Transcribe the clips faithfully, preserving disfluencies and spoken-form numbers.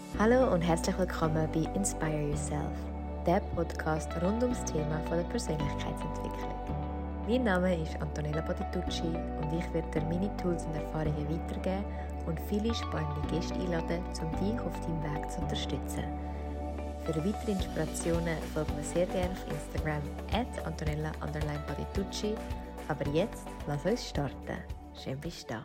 Hallo und herzlich willkommen bei Inspire Yourself, der Podcast rund ums Thema von der Persönlichkeitsentwicklung. Mein Name ist Antonella Bottitucci und ich werde dir meine Tools und Erfahrungen weitergeben und viele spannende Gäste einladen, um dich auf deinem Weg zu unterstützen. Für weitere Inspirationen folgt mir sehr gerne auf Instagram at Antonella underline Bottitucci. Aber jetzt, lass uns starten. Schön bist du da.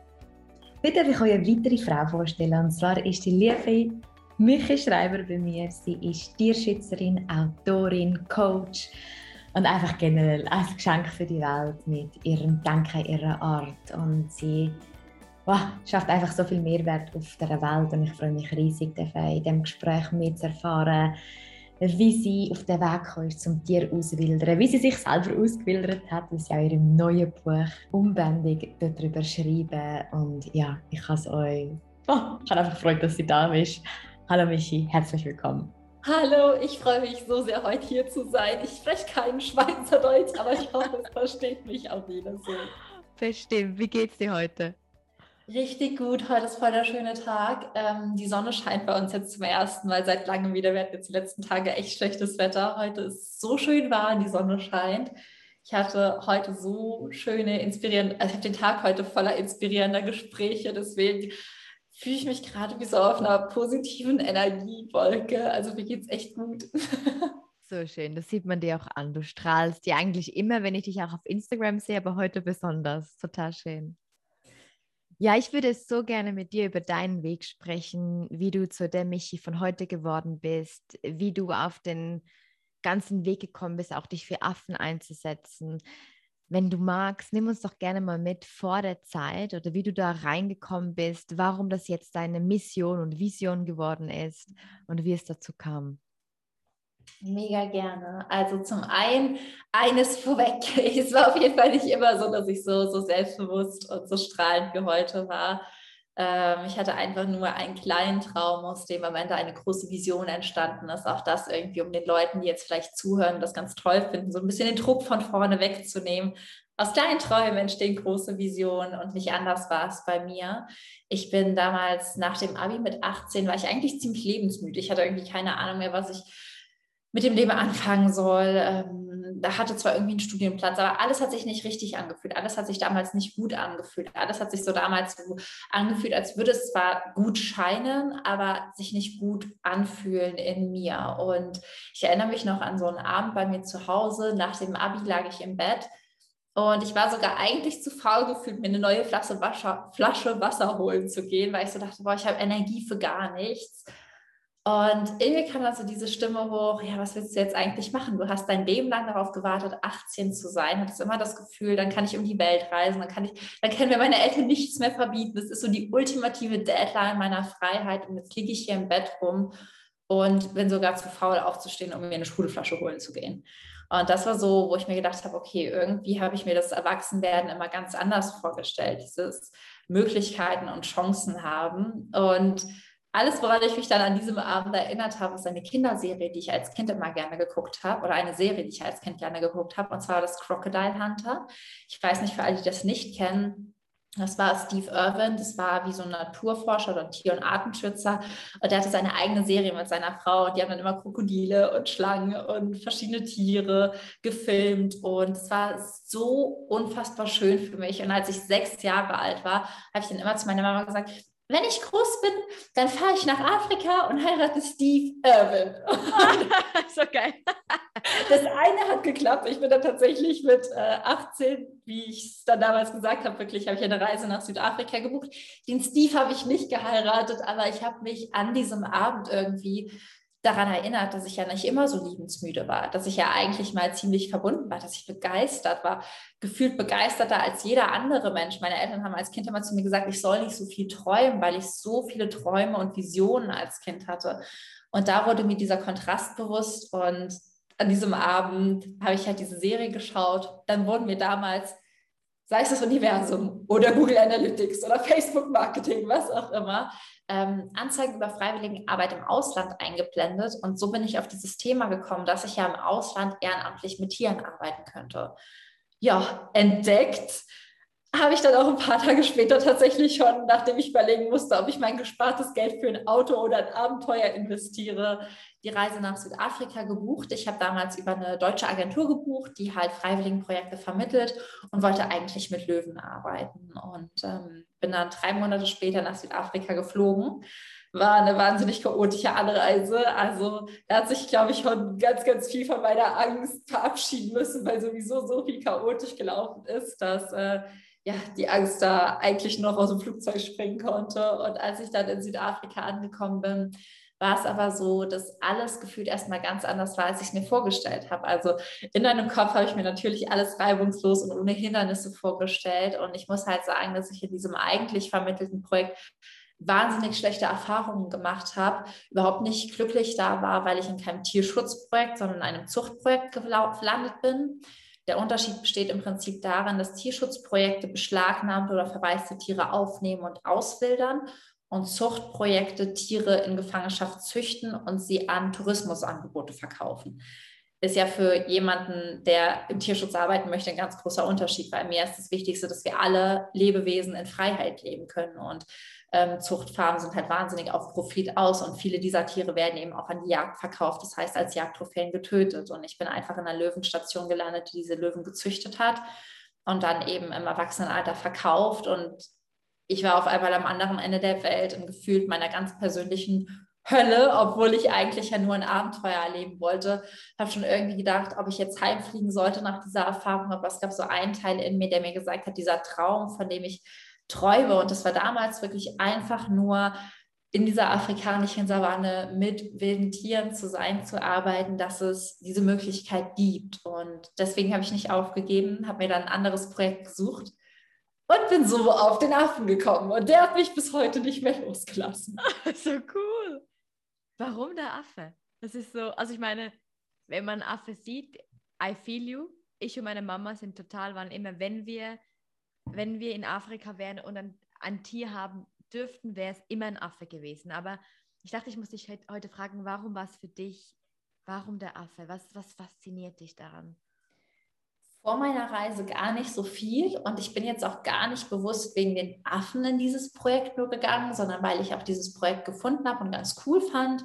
Heute darf ich euch eine weitere Frau vorstellen, und zwar ist die liebe Michi Schreiber bei mir. Sie ist Tierschützerin, Autorin, Coach und einfach generell ein Geschenk für die Welt mit ihrem Denken, ihrer Art. Und sie wow, schafft einfach so viel Mehrwert auf dieser Welt und ich freue mich riesig, in diesem Gespräch mitzuerfahren, wie sie auf den Weg kam, zum Tier auswildern, wie sie sich selber ausgewildert hat, wie sie auch in ihrem neuen Buch «Unbändig» darüber schreiben. Und ja, ich kann es euch... Oh, ich habe einfach gefreut, dass sie da bist. Hallo Michi, herzlich willkommen. Hallo, ich freue mich so sehr, heute hier zu sein. Ich spreche kein Schweizerdeutsch, aber ich hoffe, es versteht mich auch jeder so. Bestimmt. Wie geht's dir heute? Richtig gut, heute ist voll der schöne Tag. Ähm, die Sonne scheint bei uns jetzt zum ersten Mal seit langem wieder. Wir hatten jetzt die letzten Tage echt schlechtes Wetter. Heute ist so schön warm, die Sonne scheint. Ich hatte heute so schöne, inspirierende, also ich habe den Tag heute voller inspirierender Gespräche, deswegen fühle ich mich gerade wie so auf einer positiven Energiewolke. Also mir geht's echt gut. So schön, das sieht man dir auch an. Du strahlst ja eigentlich immer, wenn ich dich auch auf Instagram sehe, aber heute besonders. Total schön. Ja, ich würde so gerne mit dir über deinen Weg sprechen, wie du zu der Michi von heute geworden bist, wie du auf den ganzen Weg gekommen bist, auch dich für Affen einzusetzen. Wenn du magst, nimm uns doch gerne mal mit vor der Zeit oder wie du da reingekommen bist, warum das jetzt deine Mission und Vision geworden ist und wie es dazu kam. Mega gerne. Also zum einen, eines vorweg, es war auf jeden Fall nicht immer so, dass ich so, so selbstbewusst und so strahlend wie heute war. Ähm, ich hatte einfach nur einen kleinen Traum, aus dem am Ende eine große Vision entstanden ist. Auch das irgendwie, um den Leuten, die jetzt vielleicht zuhören und das ganz toll finden, so ein bisschen den Druck von vorne wegzunehmen. Aus kleinen Träumen entstehen große Visionen und nicht anders war es bei mir. Ich bin damals nach dem Abi mit achtzehn, war ich eigentlich ziemlich lebensmüde. Ich hatte irgendwie keine Ahnung mehr, was ich mit dem Leben anfangen soll. Ähm, da hatte zwar irgendwie einen Studienplatz, aber alles hat sich nicht richtig angefühlt. Alles hat sich damals nicht gut angefühlt. Alles hat sich so damals so angefühlt, als würde es zwar gut scheinen, aber sich nicht gut anfühlen in mir. Und ich erinnere mich noch an so einen Abend bei mir zu Hause. Nach dem Abi lag ich im Bett. Und ich war sogar eigentlich zu faul gefühlt, mir eine neue Flasche Wasser, Flasche Wasser holen zu gehen, weil ich so dachte, boah, ich habe Energie für gar nichts. Und irgendwie kam dann so diese Stimme hoch, ja, was willst du jetzt eigentlich machen? Du hast dein Leben lang darauf gewartet, achtzehn zu sein, hattest immer das Gefühl, dann kann ich um die Welt reisen, dann kann ich, dann können mir meine Eltern nichts mehr verbieten. Das ist so die ultimative Deadline meiner Freiheit und jetzt liege ich hier im Bett rum und bin sogar zu faul aufzustehen, um mir eine Schulflasche holen zu gehen. Und das war so, wo ich mir gedacht habe, okay, irgendwie habe ich mir das Erwachsenwerden immer ganz anders vorgestellt, dieses Möglichkeiten und Chancen haben. Und alles, woran ich mich dann an diesem Abend erinnert habe, ist eine Kinderserie, die ich als Kind immer gerne geguckt habe, oder eine Serie, die ich als Kind gerne geguckt habe, und zwar das Crocodile Hunter. Ich weiß nicht, für alle, die das nicht kennen, das war Steve Irwin, das war wie so ein Naturforscher oder ein Tier- und Artenschützer, und der hatte seine eigene Serie mit seiner Frau, und die haben dann immer Krokodile und Schlangen und verschiedene Tiere gefilmt, und es war so unfassbar schön für mich. Und als ich sechs Jahre alt war, habe ich dann immer zu meiner Mama gesagt, wenn ich groß bin, dann fahre ich nach Afrika und heirate Steve Irwin. So geil. Das eine hat geklappt. Ich bin dann tatsächlich mit äh, achtzehn, wie ich es dann damals gesagt habe, wirklich habe ich eine Reise nach Südafrika gebucht. Den Steve habe ich nicht geheiratet, aber ich habe mich an diesem Abend irgendwie daran erinnert, dass ich ja nicht immer so liebensmüde war, dass ich ja eigentlich mal ziemlich verbunden war, dass ich begeistert war, gefühlt begeisterter als jeder andere Mensch. Meine Eltern haben als Kind immer zu mir gesagt, ich soll nicht so viel träumen, weil ich so viele Träume und Visionen als Kind hatte. Und da wurde mir dieser Kontrast bewusst, und an diesem Abend habe ich halt diese Serie geschaut. Dann wurden mir damals, sei es das Universum oder Google Analytics oder Facebook Marketing, was auch immer, ähm, Anzeigen über Freiwilligenarbeit im Ausland eingeblendet. Und so bin ich auf dieses Thema gekommen, dass ich ja im Ausland ehrenamtlich mit Tieren arbeiten könnte. Ja, entdeckt, habe ich dann auch ein paar Tage später tatsächlich schon, nachdem ich überlegen musste, ob ich mein gespartes Geld für ein Auto oder ein Abenteuer investiere, die Reise nach Südafrika gebucht. Ich habe damals über eine deutsche Agentur gebucht, die halt Freiwilligenprojekte vermittelt und wollte eigentlich mit Löwen arbeiten. Und ähm, bin dann drei Monate später nach Südafrika geflogen. War eine wahnsinnig chaotische Anreise. Also da hat sich, glaube ich, schon ganz, ganz viel von meiner Angst verabschieden müssen, weil sowieso so viel chaotisch gelaufen ist, dass äh, ja, die Angst da eigentlich noch aus dem Flugzeug springen konnte. Und als ich dann in Südafrika angekommen bin, war es aber so, dass alles gefühlt erstmal ganz anders war, als ich es mir vorgestellt habe. Also in meinem Kopf habe ich mir natürlich alles reibungslos und ohne Hindernisse vorgestellt. Und ich muss halt sagen, dass ich in diesem eigentlich vermittelten Projekt wahnsinnig schlechte Erfahrungen gemacht habe, überhaupt nicht glücklich da war, weil ich in keinem Tierschutzprojekt, sondern in einem Zuchtprojekt gelandet bin. Der Unterschied besteht im Prinzip darin, dass Tierschutzprojekte beschlagnahmte oder verwaiste Tiere aufnehmen und auswildern und Zuchtprojekte Tiere in Gefangenschaft züchten und sie an Tourismusangebote verkaufen. Ist ja für jemanden, der im Tierschutz arbeiten möchte, ein ganz großer Unterschied, weil mir ist das Wichtigste, dass wir alle Lebewesen in Freiheit leben können und ähm, Zuchtfarmen sind halt wahnsinnig auf Profit aus und viele dieser Tiere werden eben auch an die Jagd verkauft, das heißt als Jagdtrophäen getötet und ich bin einfach in einer Löwenstation gelandet, die diese Löwen gezüchtet hat und dann eben im Erwachsenenalter verkauft und ich war auf einmal am anderen Ende der Welt im Gefühl meiner ganz persönlichen Hölle, obwohl ich eigentlich ja nur ein Abenteuer erleben wollte. Ich habe schon irgendwie gedacht, ob ich jetzt heimfliegen sollte nach dieser Erfahrung, aber es gab so einen Teil in mir, der mir gesagt hat, dieser Traum, von dem ich träume und das war damals wirklich einfach nur in dieser afrikanischen Savanne mit wilden Tieren zu sein, zu arbeiten, dass es diese Möglichkeit gibt und deswegen habe ich nicht aufgegeben, habe mir dann ein anderes Projekt gesucht und bin so auf den Affen gekommen und der hat mich bis heute nicht mehr losgelassen. So cool. Warum der Affe? Das ist so, also ich meine, wenn man einen Affe sieht, I feel you. Ich und meine Mama sind total, waren immer, wenn wir, wenn wir in Afrika wären und ein, ein Tier haben dürften, wäre es immer ein Affe gewesen. Aber ich dachte, ich muss dich heute fragen, warum war es für dich, warum der Affe? Was, was fasziniert dich daran? Vor meiner Reise gar nicht so viel und ich bin jetzt auch gar nicht bewusst wegen den Affen in dieses Projekt nur gegangen, sondern weil ich auch dieses Projekt gefunden habe und ganz cool fand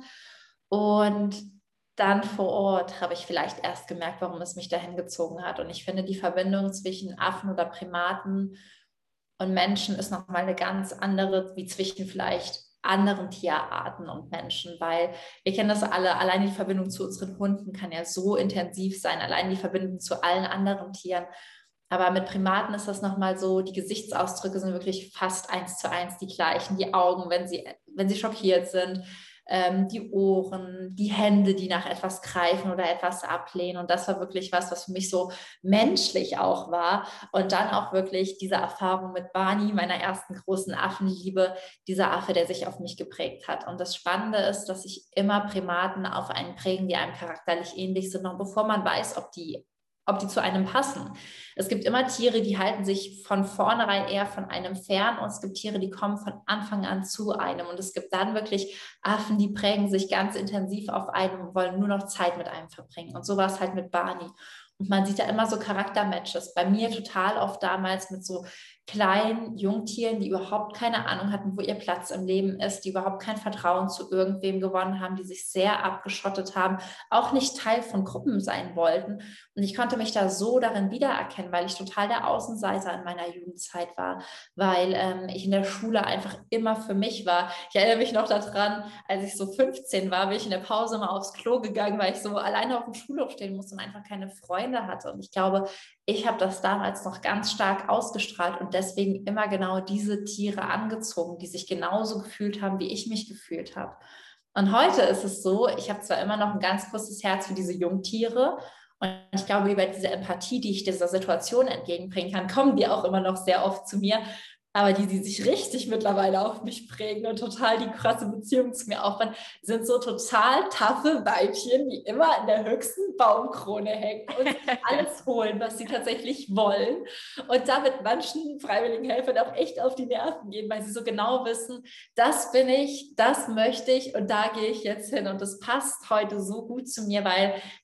und dann vor Ort habe ich vielleicht erst gemerkt, warum es mich dahin gezogen hat und ich finde die Verbindung zwischen Affen oder Primaten und Menschen ist nochmal eine ganz andere, wie zwischen vielleicht anderen Tierarten und Menschen, weil wir kennen das alle, allein die Verbindung zu unseren Hunden kann ja so intensiv sein, allein die Verbindung zu allen anderen Tieren. Aber mit Primaten ist das nochmal so, die Gesichtsausdrücke sind wirklich fast eins zu eins die gleichen, die Augen, wenn sie, wenn sie schockiert sind, ähm, die Ohren, die Hände, die nach etwas greifen oder etwas ablehnen. Und das war wirklich was, was für mich so menschlich auch war. Und dann auch wirklich diese Erfahrung mit Barney, meiner ersten großen Affenliebe, dieser Affe, der sich auf mich geprägt hat. Und das Spannende ist, dass sich immer Primaten auf einen prägen, die einem charakterlich ähnlich sind, noch bevor man weiß, ob die ob die zu einem passen. Es gibt immer Tiere, die halten sich von vornherein eher von einem fern und es gibt Tiere, die kommen von Anfang an zu einem und es gibt dann wirklich Affen, die prägen sich ganz intensiv auf einem und wollen nur noch Zeit mit einem verbringen und so war es halt mit Barney. Und man sieht da immer so Charaktermatches. Bei mir total oft damals mit so kleinen Jungtieren, die überhaupt keine Ahnung hatten, wo ihr Platz im Leben ist, die überhaupt kein Vertrauen zu irgendwem gewonnen haben, die sich sehr abgeschottet haben, auch nicht Teil von Gruppen sein wollten. Und ich konnte mich da so darin wiedererkennen, weil ich total der Außenseiter in meiner Jugendzeit war, weil ähm, ich in der Schule einfach immer für mich war. Ich erinnere mich noch daran, als ich so fünfzehn war, bin ich in der Pause mal aufs Klo gegangen, weil ich so alleine auf dem Schulhof stehen musste und einfach keine Freunde hatte. Und ich glaube, ich habe das damals noch ganz stark ausgestrahlt und deswegen immer genau diese Tiere angezogen, die sich genauso gefühlt haben, wie ich mich gefühlt habe. Und heute ist es so, ich habe zwar immer noch ein ganz großes Herz für diese Jungtiere und ich glaube, über diese Empathie, die ich dieser Situation entgegenbringen kann, kommen die auch immer noch sehr oft zu mir. Aber die, die sich richtig mittlerweile auf mich prägen und total die krasse Beziehung zu mir aufbauen, sind so total taffe Weibchen, die immer in der höchsten Baumkrone hängen und alles holen, was sie tatsächlich wollen. Und damit manchen freiwilligen Helfern auch echt auf die Nerven gehen, weil sie so genau wissen, das bin ich, das möchte ich und da gehe ich jetzt hin. Und das passt heute so gut zu mir, weil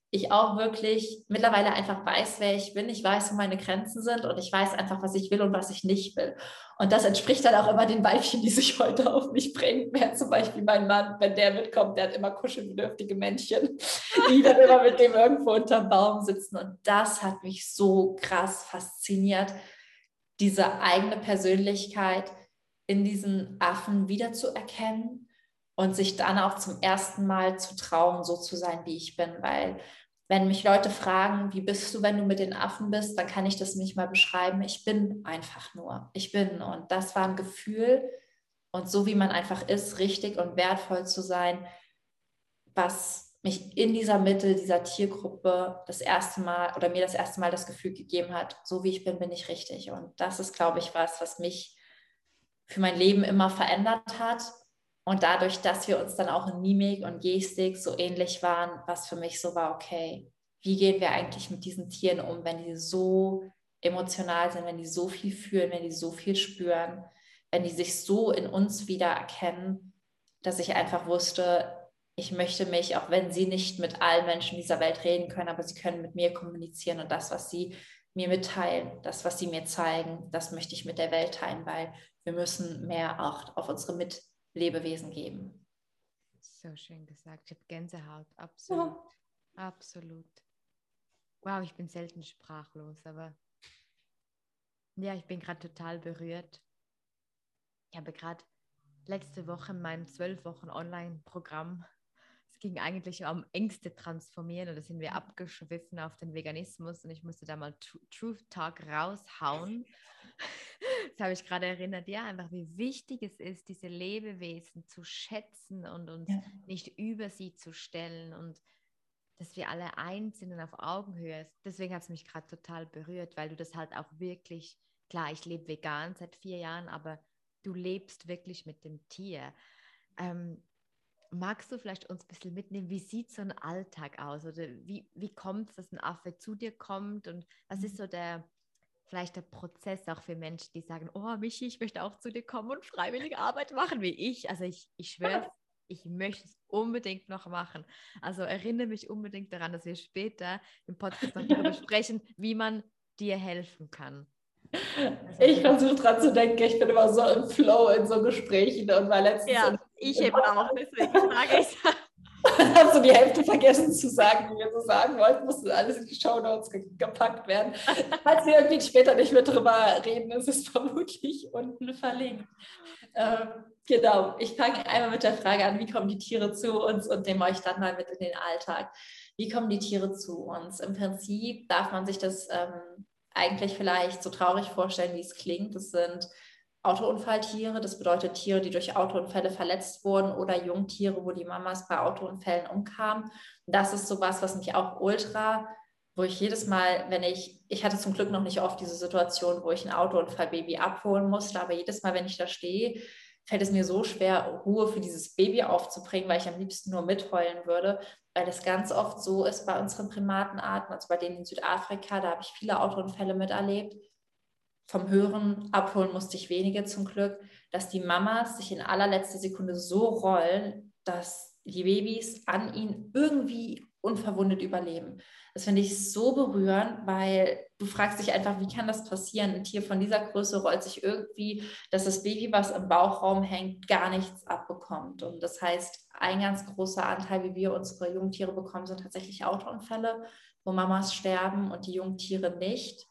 ich auch wirklich mittlerweile einfach weiß, wer ich bin. Ich weiß, wo meine Grenzen sind und ich weiß einfach, was ich will und was ich nicht will. Und das entspricht dann auch immer den Weibchen, die sich heute auf mich bringen. Wer zum Beispiel mein Mann, wenn der mitkommt, der hat immer kuschelbedürftige Männchen, die dann immer mit dem irgendwo unterm Baum sitzen. Und das hat mich so krass fasziniert, diese eigene Persönlichkeit in diesen Affen wiederzuerkennen und sich dann auch zum ersten Mal zu trauen, so zu sein, wie ich bin. Weil wenn mich Leute fragen, wie bist du, wenn du mit den Affen bist, dann kann ich das nicht mal beschreiben. Ich bin einfach nur. Ich bin. Und das war ein Gefühl. Und so wie man einfach ist, richtig und wertvoll zu sein, was mich in dieser Mitte, dieser Tiergruppe das erste Mal oder mir das erste Mal das Gefühl gegeben hat, so wie ich bin, bin ich richtig. Und das ist, glaube ich, was, was mich für mein Leben immer verändert hat. Und dadurch, dass wir uns dann auch in Mimik und Gestik so ähnlich waren, was für mich so war, okay, wie gehen wir eigentlich mit diesen Tieren um, wenn die so emotional sind, wenn die so viel fühlen, wenn die so viel spüren, wenn die sich so in uns wiedererkennen, dass ich einfach wusste, ich möchte mich, auch wenn sie nicht mit allen Menschen dieser Welt reden können, aber sie können mit mir kommunizieren und das, was sie mir mitteilen, das, was sie mir zeigen, das möchte ich mit der Welt teilen, weil wir müssen mehr Acht auf unsere Mitlebewesen geben. So schön gesagt. Ich habe Gänsehaut. Absolut. Ja. Absolut. Wow, ich bin selten sprachlos, aber ja, ich bin gerade total berührt. Ich habe gerade letzte Woche mein zwölf Wochen Online-Programm. Es ging eigentlich um Ängste transformieren und da sind wir abgeschwiffen auf den Veganismus und ich musste da mal Tr- Truth Talk raushauen. Das habe ich gerade erinnert, ja, einfach wie wichtig es ist, diese Lebewesen zu schätzen und uns ja. nicht über sie zu stellen und dass wir alle eins sind und auf Augenhöhe. Deswegen hat es mich gerade total berührt, weil du das halt auch wirklich, klar, ich lebe vegan seit vier Jahren, aber du lebst wirklich mit dem Tier. Ähm, magst du vielleicht uns ein bisschen mitnehmen, wie sieht so ein Alltag aus? Oder wie, wie kommt es, dass ein Affe zu dir kommt? Und was ist so der, vielleicht der Prozess auch für Menschen, die sagen, oh Michi, ich möchte auch zu dir kommen und freiwillige Arbeit machen wie ich. Also ich, ich schwöre, ich möchte es unbedingt noch machen. Also erinnere mich unbedingt daran, dass wir später im Podcast noch darüber sprechen, wie man dir helfen kann. Also, ich versuche dran zu denken, ich bin immer so im Flow in so Gesprächen und war letztens... Ja, ich eben auch, deswegen frage ich hast du die Hälfte vergessen zu sagen, wie wir so sagen wollten, musste alles in die Shownotes ge- gepackt werden. Falls wir irgendwie später nicht mehr drüber reden, ist es vermutlich unten verlinkt. Ähm, genau, ich fange einmal mit der Frage an, wie kommen die Tiere zu uns und nehme euch dann mal mit in den Alltag. Wie kommen die Tiere zu uns? Im Prinzip darf man sich das ähm, eigentlich vielleicht so traurig vorstellen, wie es klingt. Das sind Autounfalltiere, das bedeutet Tiere, die durch Autounfälle verletzt wurden oder Jungtiere, wo die Mamas bei Autounfällen umkamen. Das ist sowas, was mich auch ultra, wo ich jedes Mal, wenn ich, ich hatte zum Glück noch nicht oft diese Situation, wo ich ein Autounfallbaby abholen musste, aber jedes Mal, wenn ich da stehe, fällt es mir so schwer, Ruhe für dieses Baby aufzubringen, weil ich am liebsten nur mitheulen würde, weil es ganz oft so ist bei unseren Primatenarten, also bei denen in Südafrika, da habe ich viele Autounfälle miterlebt. Vom Hören abholen musste ich wenige zum Glück, dass die Mamas sich in allerletzter Sekunde so rollen, dass die Babys an ihnen irgendwie unverwundet überleben. Das finde ich so berührend, weil du fragst dich einfach, wie kann das passieren? Ein Tier von dieser Größe rollt sich irgendwie, dass das Baby, was im Bauchraum hängt, gar nichts abbekommt. Und das heißt, ein ganz großer Anteil, wie wir unsere Jungtiere bekommen, sind tatsächlich Autounfälle, wo Mamas sterben und die Jungtiere nicht.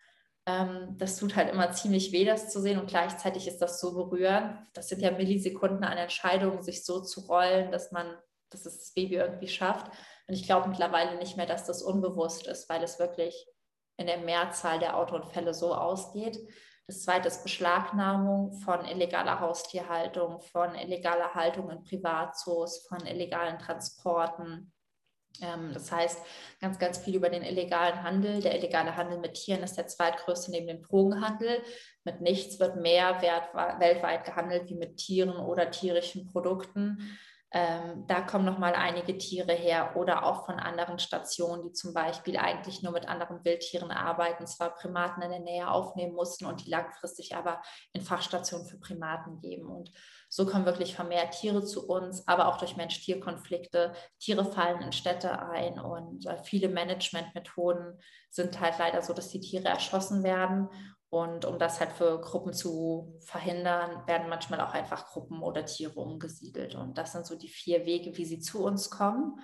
Das tut halt immer ziemlich weh, das zu sehen und gleichzeitig ist das so berührend. Das sind ja Millisekunden an Entscheidungen, sich so zu rollen, dass man, dass es das Baby irgendwie schafft. Und ich glaube mittlerweile nicht mehr, dass das unbewusst ist, weil es wirklich in der Mehrzahl der Autounfälle so ausgeht. Das zweite ist Beschlagnahmung von illegaler Haustierhaltung, von illegaler Haltung in Privatzoos, von illegalen Transporten. Das heißt, ganz, ganz viel über den illegalen Handel. Der illegale Handel mit Tieren ist der zweitgrößte neben dem Drogenhandel. Mit nichts wird mehr Wert weltweit gehandelt wie mit Tieren oder tierischen Produkten. Ähm, da kommen nochmal einige Tiere her oder auch von anderen Stationen, die zum Beispiel eigentlich nur mit anderen Wildtieren arbeiten, zwar Primaten in der Nähe aufnehmen mussten und die langfristig aber in Fachstationen für Primaten geben. Und So kommen wirklich vermehrt Tiere zu uns, aber auch durch Mensch-Tier-Konflikte. Tiere fallen in Städte ein und äh, viele Managementmethoden sind halt leider so, dass die Tiere erschossen werden. Und um das halt für Gruppen zu verhindern, werden manchmal auch einfach Gruppen oder Tiere umgesiedelt. Und das sind so die vier Wege, wie sie zu uns kommen.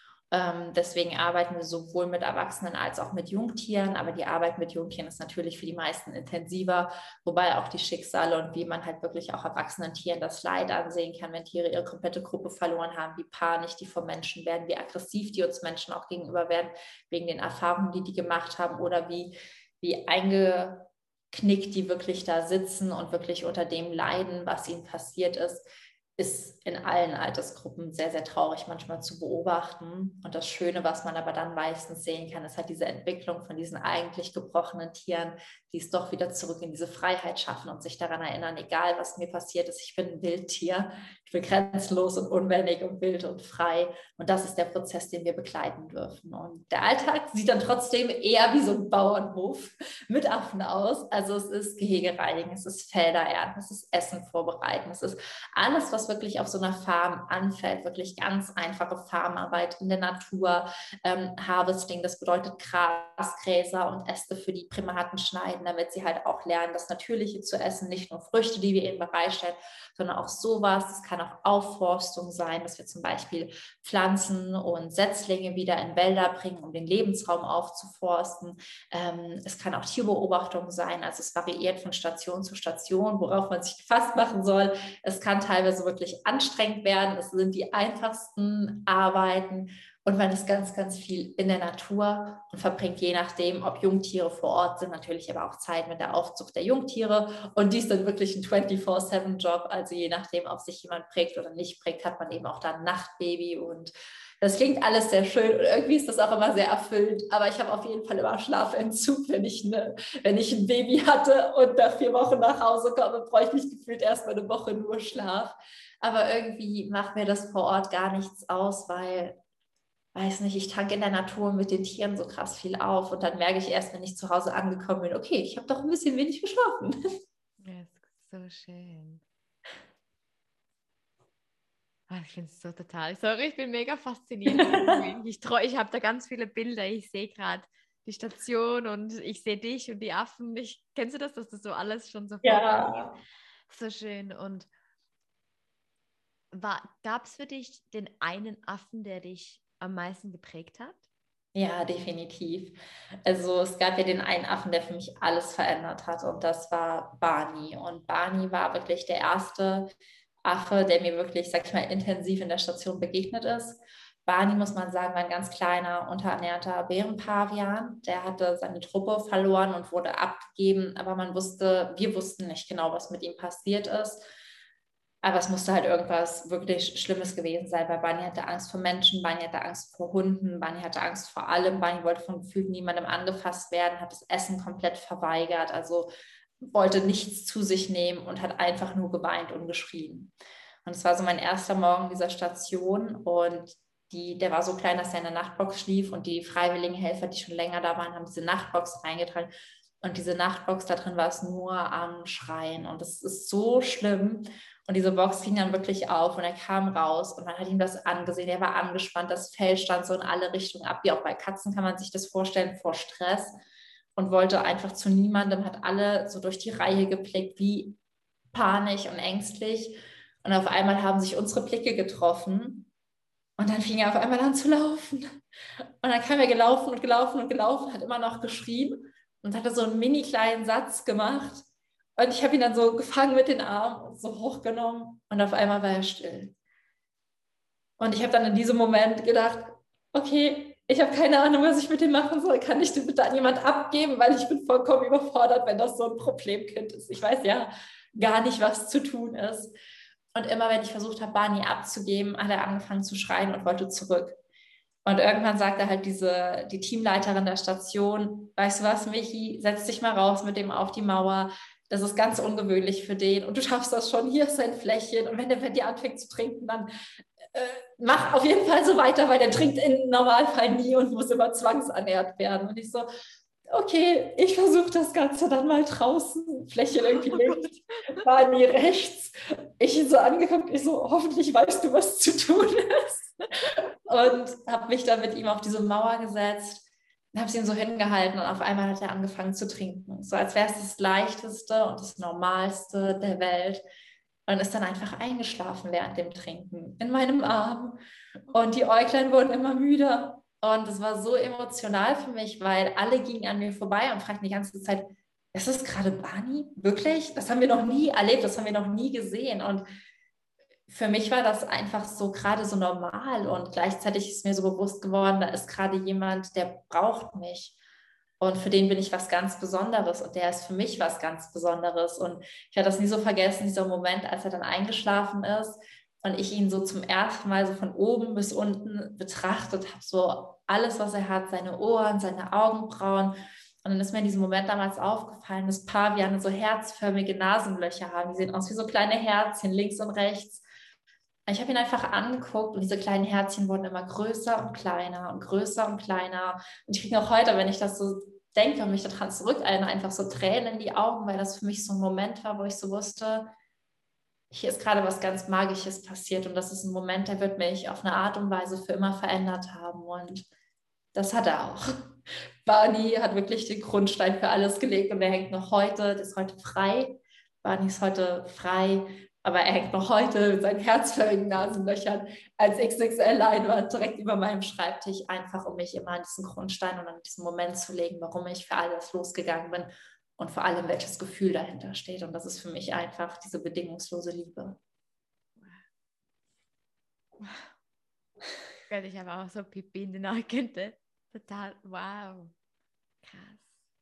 Ähm, deswegen arbeiten wir sowohl mit Erwachsenen als auch mit Jungtieren. Aber die Arbeit mit Jungtieren ist natürlich für die meisten intensiver, wobei auch die Schicksale und wie man halt wirklich auch erwachsenen Tieren das Leid ansehen kann, wenn Tiere ihre komplette Gruppe verloren haben, wie panisch die vor Menschen werden, wie aggressiv die uns Menschen auch gegenüber werden, wegen den Erfahrungen, die die gemacht haben oder wie, wie einge Knick, die wirklich da sitzen und wirklich unter dem leiden, was ihnen passiert ist, ist in allen Altersgruppen sehr, sehr traurig manchmal zu beobachten. Und das Schöne, was man aber dann meistens sehen kann, ist halt diese Entwicklung von diesen eigentlich gebrochenen Tieren, die es doch wieder zurück in diese Freiheit schaffen und sich daran erinnern, egal was mir passiert ist, ich bin ein Wildtier, ich bin grenzenlos und unbändig und wild und frei. Und das ist der Prozess, den wir begleiten dürfen. Und der Alltag sieht dann trotzdem eher wie so ein Bauernhof mit Affen aus. Also es ist Gehege reinigen, es ist Felder ernten, es ist Essen vorbereiten, es ist alles, was wirklich auf so einer Farm anfällt, wirklich ganz einfache Farmarbeit in der Natur, ähm, Harvesting, das bedeutet Gras, Gräser und Äste für die Primaten schneiden, damit sie halt auch lernen, das Natürliche zu essen, nicht nur Früchte, die wir ihnen bereitstellen, sondern auch sowas. Es kann auch Aufforstung sein, dass wir zum Beispiel Pflanzen und Setzlinge wieder in Wälder bringen, um den Lebensraum aufzuforsten. Ähm, es kann auch Tierbeobachtung sein, also es variiert von Station zu Station, worauf man sich gefasst machen soll. Es kann teilweise wirklich anstrengend werden. Es sind die einfachsten Arbeiten und man ist ganz, ganz viel in der Natur und verbringt je nachdem, ob Jungtiere vor Ort sind, natürlich aber auch Zeit mit der Aufzucht der Jungtiere. Und dies ist dann wirklich ein vierundzwanzig sieben Job. Also je nachdem, ob sich jemand prägt oder nicht prägt, hat man eben auch dann ein Nachtbaby. Und das klingt alles sehr schön und irgendwie ist das auch immer sehr erfüllend. Aber ich habe auf jeden Fall immer Schlafentzug, wenn ich, eine, wenn ich ein Baby hatte und nach vier Wochen nach Hause komme, bräuchte ich gefühlt erstmal eine Woche nur Schlaf. Aber irgendwie macht mir das vor Ort gar nichts aus, weil, weiß nicht, ich tanke in der Natur mit den Tieren so krass viel auf und dann merke ich erst, wenn ich zu Hause angekommen bin, okay, ich habe doch ein bisschen wenig geschlafen. Ja, ist so schön. Oh, ich finde es so total, sorry, ich bin mega fasziniert. ich ich habe da ganz viele Bilder, ich sehe gerade die Station und ich sehe dich und die Affen. Ich, kennst du das, dass das so alles schon so Ja. So schön. Und gab es für dich den einen Affen, der dich am meisten geprägt hat? Ja, definitiv. Also es gab ja den einen Affen, der für mich alles verändert hat und das war Barney. Und Barney war wirklich der erste Affe, der mir wirklich, sag ich mal, intensiv in der Station begegnet ist. Barney, muss man sagen, war ein ganz kleiner, unterernährter Bärenpavian. Der hatte seine Truppe verloren und wurde abgegeben, aber man wusste, wir wussten nicht genau, was mit ihm passiert ist. Aber es musste halt irgendwas wirklich Schlimmes gewesen sein, weil Barney hatte Angst vor Menschen, Barney hatte Angst vor Hunden, Barney hatte Angst vor allem, Barney wollte von gefühlt niemandem angefasst werden, hat das Essen komplett verweigert, also wollte nichts zu sich nehmen und hat einfach nur geweint und geschrien. Und es war so mein erster Morgen dieser Station und die, der war so klein, dass er in der Nachtbox schlief und die freiwilligen Helfer, die schon länger da waren, haben diese Nachtbox reingetragen. Und diese Nachtbox, da drin war es nur am Schreien. Und das ist so schlimm. Und diese Box ging dann wirklich auf und er kam raus und man hat ihm das angesehen. Er war angespannt, das Fell stand so in alle Richtungen ab, wie auch bei Katzen kann man sich das vorstellen, vor Stress. Und wollte einfach zu niemandem, hat alle so durch die Reihe geblickt, wie panisch und ängstlich. Und auf einmal haben sich unsere Blicke getroffen. Und dann fing er auf einmal an zu laufen. Und dann kam er gelaufen und gelaufen und gelaufen, hat immer noch geschrien und hatte so einen mini kleinen Satz gemacht. Und ich habe ihn dann so gefangen mit den Armen und so hochgenommen. Und auf einmal war er still. Und ich habe dann in diesem Moment gedacht, okay, ich habe keine Ahnung, was ich mit dem machen soll. Kann ich den bitte an jemand abgeben? Weil ich bin vollkommen überfordert, wenn das so ein Problemkind ist. Ich weiß ja gar nicht, was zu tun ist. Und immer, wenn ich versucht habe, Barney abzugeben, hat er angefangen zu schreien und wollte zurück. Und irgendwann sagte halt diese, die Teamleiterin der Station, weißt du was, Michi, setz dich mal raus mit dem auf die Mauer. Das ist ganz ungewöhnlich für den. Und du schaffst das schon, hier ist sein Fläschchen. Und wenn der wenn die anfängt zu trinken, dann äh, mach auf jeden Fall so weiter, weil der trinkt im Normalfall nie und muss immer zwangsernährt werden. Und ich so, okay, ich versuche das Ganze dann mal draußen, Fläche irgendwie links, Barney rechts. Ich ihn so angeguckt, ich so, hoffentlich weißt du, was zu tun ist. Und habe mich dann mit ihm auf diese Mauer gesetzt und habe sie ihm so hingehalten und auf einmal hat er angefangen zu trinken. So als wäre es das Leichteste und das Normalste der Welt. Und ist dann einfach eingeschlafen während dem Trinken in meinem Arm. Und die Äuglein wurden immer müder. Und es war so emotional für mich, weil alle gingen an mir vorbei und fragten die ganze Zeit, ist das gerade Barney? Wirklich? Das haben wir noch nie erlebt, das haben wir noch nie gesehen. Und für mich war das einfach so gerade so normal. Und gleichzeitig ist mir so bewusst geworden, da ist gerade jemand, der braucht mich. Und für den bin ich was ganz Besonderes und der ist für mich was ganz Besonderes. Und ich werde das nie so vergessen, dieser Moment, als er dann eingeschlafen ist und ich ihn so zum ersten Mal so von oben bis unten betrachtet habe, so alles, was er hat, seine Ohren, seine Augenbrauen. Und dann ist mir in diesem Moment damals aufgefallen, dass Paviane so herzförmige Nasenlöcher haben. Die sehen aus wie so kleine Herzchen links und rechts. Ich habe ihn einfach angeguckt und diese kleinen Herzchen wurden immer größer und kleiner und größer und kleiner. Und ich kriege auch heute, wenn ich das so denke und mich daran zurückerinnere, einfach so Tränen in die Augen, weil das für mich so ein Moment war, wo ich so wusste, hier ist gerade was ganz Magisches passiert und das ist ein Moment, der wird mich auf eine Art und Weise für immer verändert haben und das hat er auch. Barney hat wirklich den Grundstein für alles gelegt und er hängt noch heute, der ist heute frei. Barney ist heute frei, aber er hängt noch heute mit seinen herzförmigen Nasenlöchern als X X L-Leinwand direkt über meinem Schreibtisch, einfach um mich immer an diesen Grundstein und an diesen Moment zu legen, warum ich für alles losgegangen bin und vor allem, welches Gefühl dahinter steht. Und das ist für mich einfach diese bedingungslose Liebe. Gott, ich habe auch so Pipi in den Augen. Total, wow. Krass.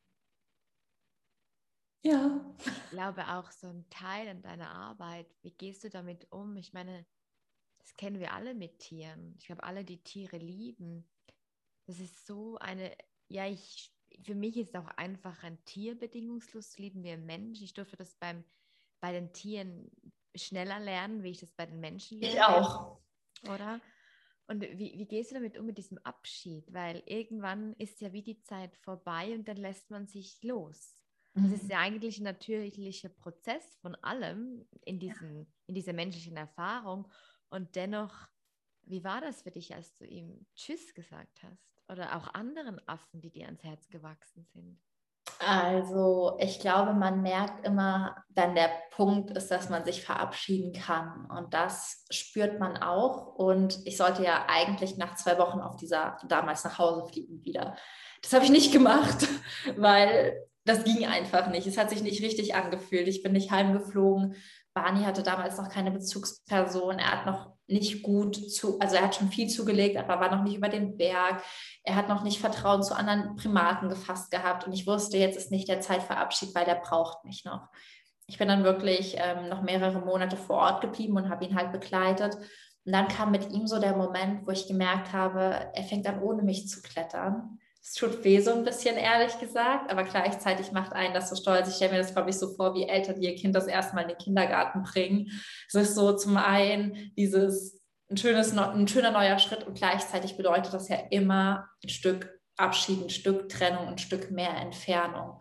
Ja. Ich glaube auch so ein Teil in deiner Arbeit, wie gehst du damit um? Ich meine, das kennen wir alle mit Tieren. Ich glaube, alle, die Tiere lieben. Das ist so eine, ja, ich, für mich ist auch einfach ein Tier bedingungslos zu lieben wie ein Mensch. Ich durfte das beim, bei den Tieren schneller lernen, wie ich das bei den Menschen lerne. Ich auch. Oder? Und wie, wie gehst du damit um mit diesem Abschied? Weil irgendwann ist ja wie die Zeit vorbei und dann lässt man sich los. Das ist ja eigentlich ein natürlicher Prozess von allem in, diesen, in dieser menschlichen Erfahrung. Und dennoch, wie war das für dich, als du ihm Tschüss gesagt hast? Oder auch anderen Affen, die dir ans Herz gewachsen sind? Also ich glaube, man merkt immer, dann der Punkt ist, dass man sich verabschieden kann. Und das spürt man auch. Und ich sollte ja eigentlich nach zwei Wochen auf dieser, damals nach Hause fliegen wieder. Das habe ich nicht gemacht, weil das ging einfach nicht. Es hat sich nicht richtig angefühlt. Ich bin nicht heimgeflogen. Barney hatte damals noch keine Bezugsperson. Er hat noch nicht gut zu, also er hat schon viel zugelegt, aber war noch nicht über den Berg. Er hat noch nicht Vertrauen zu anderen Primaten gefasst gehabt. Und ich wusste, jetzt ist nicht der Zeitverabschied, weil der braucht mich noch. Ich bin dann wirklich ähm, noch mehrere Monate vor Ort geblieben und habe ihn halt begleitet. Und dann kam mit ihm so der Moment, wo ich gemerkt habe, er fängt an, ohne mich zu klettern. Es tut weh so ein bisschen, ehrlich gesagt, aber gleichzeitig macht einen das so stolz. Ich stelle mir das, glaube ich, so vor, wie Eltern, die ihr Kind das erste Mal in den Kindergarten bringen. Es ist so zum einen dieses ein, schönes, ein schöner neuer Schritt und gleichzeitig bedeutet das ja immer ein Stück Abschied, ein Stück Trennung, ein Stück mehr Entfernung.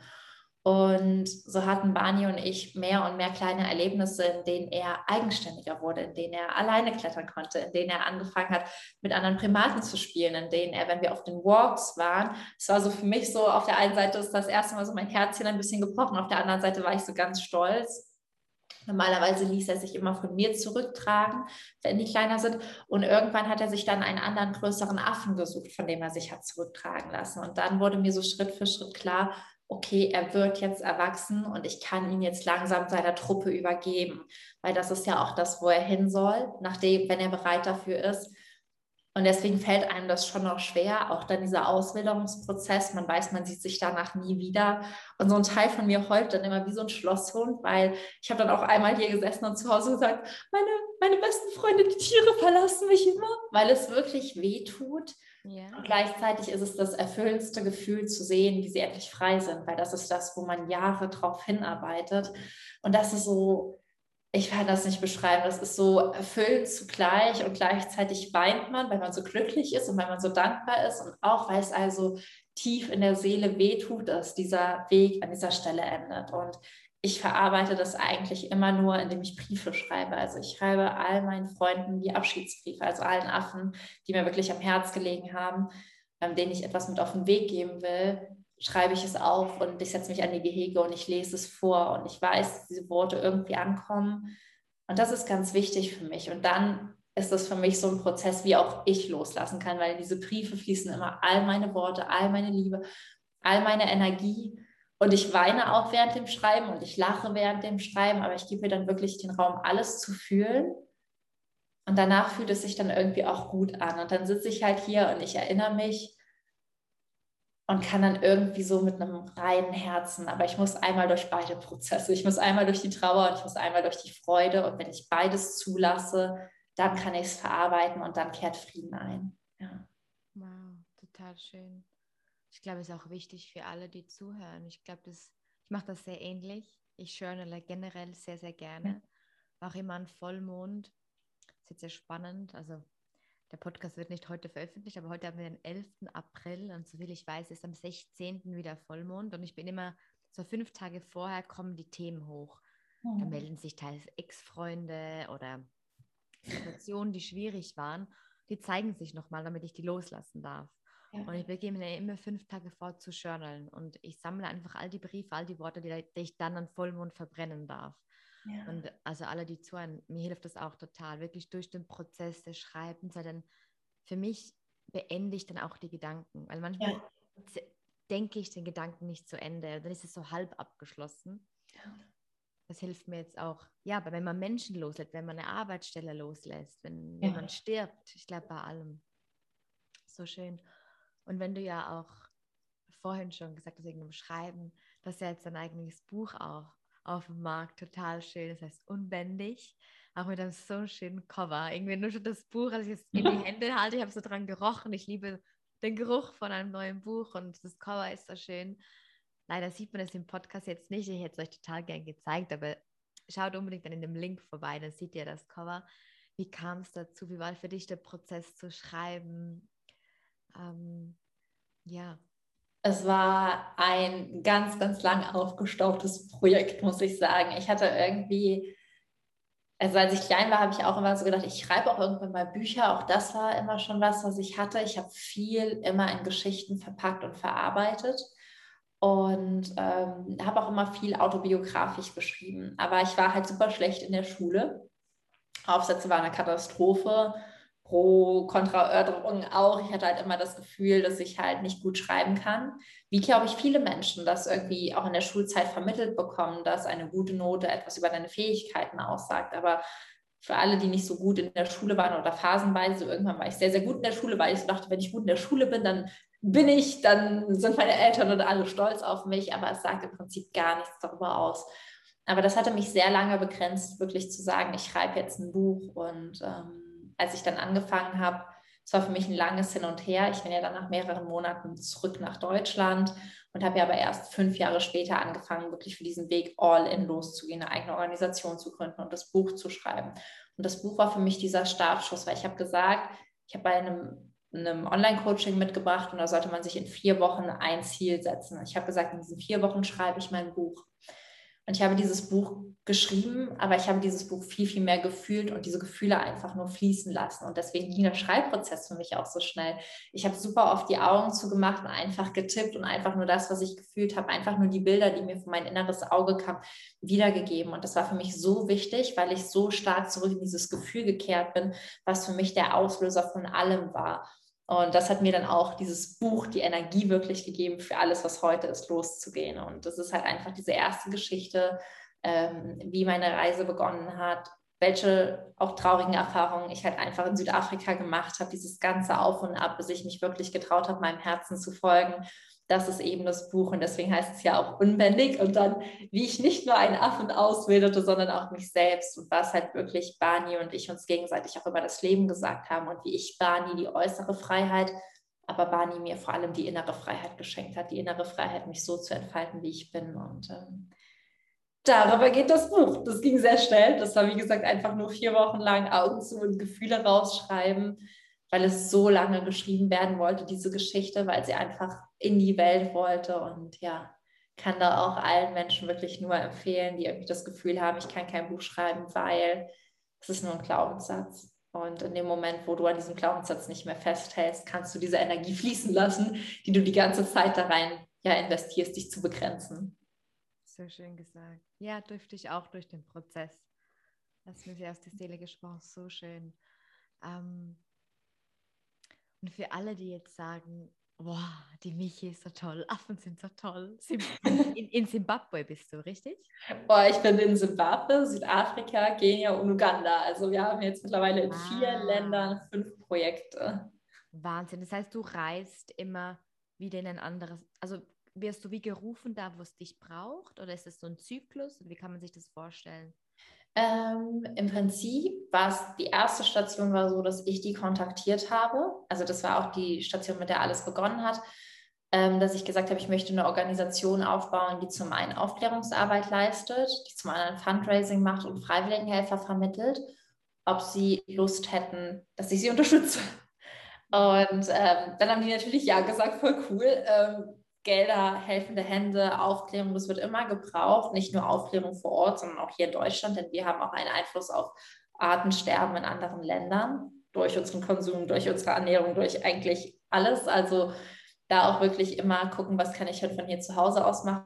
Und so hatten Barney und ich mehr und mehr kleine Erlebnisse, in denen er eigenständiger wurde, in denen er alleine klettern konnte, in denen er angefangen hat, mit anderen Primaten zu spielen, in denen er, wenn wir auf den Walks waren, es war so für mich so, auf der einen Seite ist das erste Mal so mein Herzchen ein bisschen gebrochen, auf der anderen Seite war ich so ganz stolz. Normalerweise ließ er sich immer von mir zurücktragen, wenn die kleiner sind. Und irgendwann hat er sich dann einen anderen, größeren Affen gesucht, von dem er sich hat zurücktragen lassen. Und dann wurde mir so Schritt für Schritt klar, okay, er wird jetzt erwachsen und ich kann ihn jetzt langsam seiner Truppe übergeben. Weil das ist ja auch das, wo er hin soll, nachdem, wenn er bereit dafür ist. Und deswegen fällt einem das schon noch schwer, auch dann dieser Auswilderungsprozess. Man weiß, man sieht sich danach nie wieder. Und so ein Teil von mir heult dann immer wie so ein Schlosshund, weil ich habe dann auch einmal hier gesessen und zu Hause gesagt, meine, meine besten Freunde, die Tiere verlassen mich immer, weil es wirklich weh tut. Ja. Und gleichzeitig ist es das erfüllendste Gefühl zu sehen, wie sie endlich frei sind, weil das ist das, wo man Jahre drauf hinarbeitet. Und das ist so ich kann das nicht beschreiben. Das ist so erfüllend zugleich und gleichzeitig weint man, weil man so glücklich ist und weil man so dankbar ist und auch, weil es also tief in der Seele wehtut, dass dieser Weg an dieser Stelle endet. Und ich verarbeite das eigentlich immer nur, indem ich Briefe schreibe. Also ich schreibe all meinen Freunden die Abschiedsbriefe, also allen Affen, die mir wirklich am Herz gelegen haben, ähm, denen ich etwas mit auf den Weg geben will, schreibe ich es auf und ich setze mich an die Gehege und ich lese es vor und ich weiß, dass diese Worte irgendwie ankommen. Und das ist ganz wichtig für mich. Und dann ist das für mich so ein Prozess, wie auch ich loslassen kann, weil in diese Briefe fließen immer all meine Worte, all meine Liebe, all meine Energie. Und ich weine auch während dem Schreiben und ich lache während dem Schreiben, aber ich gebe mir dann wirklich den Raum, alles zu fühlen. Und danach fühlt es sich dann irgendwie auch gut an. Und dann sitze ich halt hier und ich erinnere mich und kann dann irgendwie so mit einem reinen Herzen, aber ich muss einmal durch beide Prozesse. Ich muss einmal durch die Trauer und ich muss einmal durch die Freude. Und wenn ich beides zulasse, dann kann ich es verarbeiten und dann kehrt Frieden ein. Ja. Wow, total schön. Ich glaube, es ist auch wichtig für alle, die zuhören. Ich glaube, das, ich mache das sehr ähnlich. Ich journale generell sehr, sehr gerne. Auch immer an Vollmond. Das ist jetzt sehr spannend. Also der Podcast wird nicht heute veröffentlicht, aber heute haben wir den elften April und soviel ich weiß, ist am sechzehnten wieder Vollmond und ich bin immer so fünf Tage vorher kommen die Themen hoch. Mhm. Da melden sich teils Ex-Freunde oder Situationen, die schwierig waren. Die zeigen sich nochmal, damit ich die loslassen darf. Ja. Und ich beginne mir immer fünf Tage vor zu journalen und ich sammle einfach all die Briefe, all die Worte, die, die ich dann an Vollmond verbrennen darf. Ja. Und also alle, die zuhören, mir hilft das auch total, wirklich durch den Prozess des Schreibens, weil dann für mich beende ich dann auch die Gedanken, weil manchmal ja. denke ich den Gedanken nicht zu Ende, dann ist es so halb abgeschlossen. Ja. Das hilft mir jetzt auch, ja, wenn man Menschen loslässt, wenn man eine Arbeitsstelle loslässt, wenn ja. jemand stirbt, ich glaube bei allem. So schön. Und wenn du ja auch vorhin schon gesagt hast, wegen dem Schreiben, dass ja jetzt dein eigenes Buch auch auf dem Markt, total schön, das heißt Unbändig, auch mit einem so schönen Cover. Irgendwie nur schon das Buch, als ich es in die Hände halte, ich habe so dran gerochen, ich liebe den Geruch von einem neuen Buch und das Cover ist so schön. Leider sieht man es im Podcast jetzt nicht, ich hätte es euch total gern gezeigt, aber schaut unbedingt dann in dem Link vorbei, dann seht ihr das Cover. Wie kam es dazu? Wie war für dich der Prozess zu schreiben? Ähm, ja. Es war ein ganz, ganz lang aufgestautes Projekt, muss ich sagen. Ich hatte irgendwie, also als ich klein war, habe ich auch immer so gedacht, ich schreibe auch irgendwann mal Bücher. Auch das war immer schon was, was ich hatte. Ich habe viel immer in Geschichten verpackt und verarbeitet und ähm, habe auch immer viel autobiografisch geschrieben. Aber ich war halt super schlecht in der Schule. Aufsätze waren eine Katastrophe. Pro, Kontraörterung auch. Ich hatte halt immer das Gefühl, dass ich halt nicht gut schreiben kann. Wie, glaube ich, viele Menschen das irgendwie auch in der Schulzeit vermittelt bekommen, dass eine gute Note etwas über deine Fähigkeiten aussagt. Aber für alle, die nicht so gut in der Schule waren oder phasenweise, irgendwann war ich sehr, sehr gut in der Schule, weil ich so dachte, wenn ich gut in der Schule bin, dann bin ich, dann sind meine Eltern und alle stolz auf mich. Aber es sagt im Prinzip gar nichts darüber aus. Aber das hatte mich sehr lange begrenzt, wirklich zu sagen, ich schreibe jetzt ein Buch und ähm, als ich dann angefangen habe, es war für mich ein langes Hin und Her. Ich bin ja dann nach mehreren Monaten zurück nach Deutschland und habe ja aber erst fünf Jahre später angefangen, wirklich für diesen Weg all in loszugehen, eine eigene Organisation zu gründen und das Buch zu schreiben. Und das Buch war für mich dieser Startschuss, weil ich habe gesagt, ich habe bei einem, einem Online-Coaching mitgebracht und da sollte man sich in vier Wochen ein Ziel setzen. Ich habe gesagt, in diesen vier Wochen schreibe ich mein Buch. Und ich habe dieses Buch geschrieben, aber ich habe dieses Buch viel, viel mehr gefühlt und diese Gefühle einfach nur fließen lassen. Und deswegen ging der Schreibprozess für mich auch so schnell. Ich habe super oft die Augen zugemacht und einfach getippt und einfach nur das, was ich gefühlt habe, einfach nur die Bilder, die mir von mein inneres Auge kamen, wiedergegeben. Und das war für mich so wichtig, weil ich so stark zurück in dieses Gefühl gekehrt bin, was für mich der Auslöser von allem war. Und das hat mir dann auch dieses Buch die Energie wirklich gegeben, für alles, was heute ist, loszugehen. Und das ist halt einfach diese erste Geschichte, ähm, wie meine Reise begonnen hat, welche auch traurigen Erfahrungen ich halt einfach in Südafrika gemacht habe, dieses ganze Auf und Ab, bis ich mich wirklich getraut habe, meinem Herzen zu folgen. Das ist eben das Buch und deswegen heißt es ja auch Unbändig. Und dann, wie ich nicht nur einen Affen ausbildete, sondern auch mich selbst und was halt wirklich Barney und ich uns gegenseitig auch über das Leben gesagt haben und wie ich Barney die äußere Freiheit, aber Barney mir vor allem die innere Freiheit geschenkt hat, die innere Freiheit, mich so zu entfalten, wie ich bin. Und ähm, darüber geht das Buch. Das ging sehr schnell. Das war, wie gesagt, einfach nur vier Wochen lang Augen zu und Gefühle rausschreiben, weil es so lange geschrieben werden wollte, diese Geschichte, weil sie einfach in die Welt wollte. Und ja, kann da auch allen Menschen wirklich nur empfehlen, die irgendwie das Gefühl haben, ich kann kein Buch schreiben, weil es ist nur ein Glaubenssatz. Und in dem Moment, wo du an diesem Glaubenssatz nicht mehr festhältst, kannst du diese Energie fließen lassen, die du die ganze Zeit da rein ja, investierst, dich zu begrenzen. So schön gesagt. Ja, dürfte ich auch durch den Prozess. Das ist mir sehr aus der Seele gesprochen. So schön. Ähm, und für alle, die jetzt sagen, boah, die Michi ist so toll, Affen sind so toll. In, in Zimbabwe bist du, richtig? Boah, ich bin in Zimbabwe, Südafrika, Kenia und Uganda. Also wir haben jetzt mittlerweile in Ah, vier Ländern fünf Projekte. Wahnsinn. Das heißt, du reist immer wieder in ein anderes, also wirst du wie gerufen da, wo es dich braucht? Oder ist es so ein Zyklus? Wie kann man sich das vorstellen? Ähm, im Prinzip war es, die erste Station war so, dass ich die kontaktiert habe. Also das war auch die Station, mit der alles begonnen hat, ähm, dass ich gesagt habe, ich möchte eine Organisation aufbauen, die zum einen Aufklärungsarbeit leistet, die zum anderen Fundraising macht und Freiwilligenhelfer vermittelt, ob sie Lust hätten, dass ich sie unterstütze. Und ähm, dann haben die natürlich ja gesagt, voll cool. Ähm, Gelder, helfende Hände, Aufklärung, das wird immer gebraucht. Nicht nur Aufklärung vor Ort, sondern auch hier in Deutschland, denn wir haben auch einen Einfluss auf Artensterben in anderen Ländern durch unseren Konsum, durch unsere Ernährung, durch eigentlich alles. Also da auch wirklich immer gucken, was kann ich halt von hier zu Hause aus machen.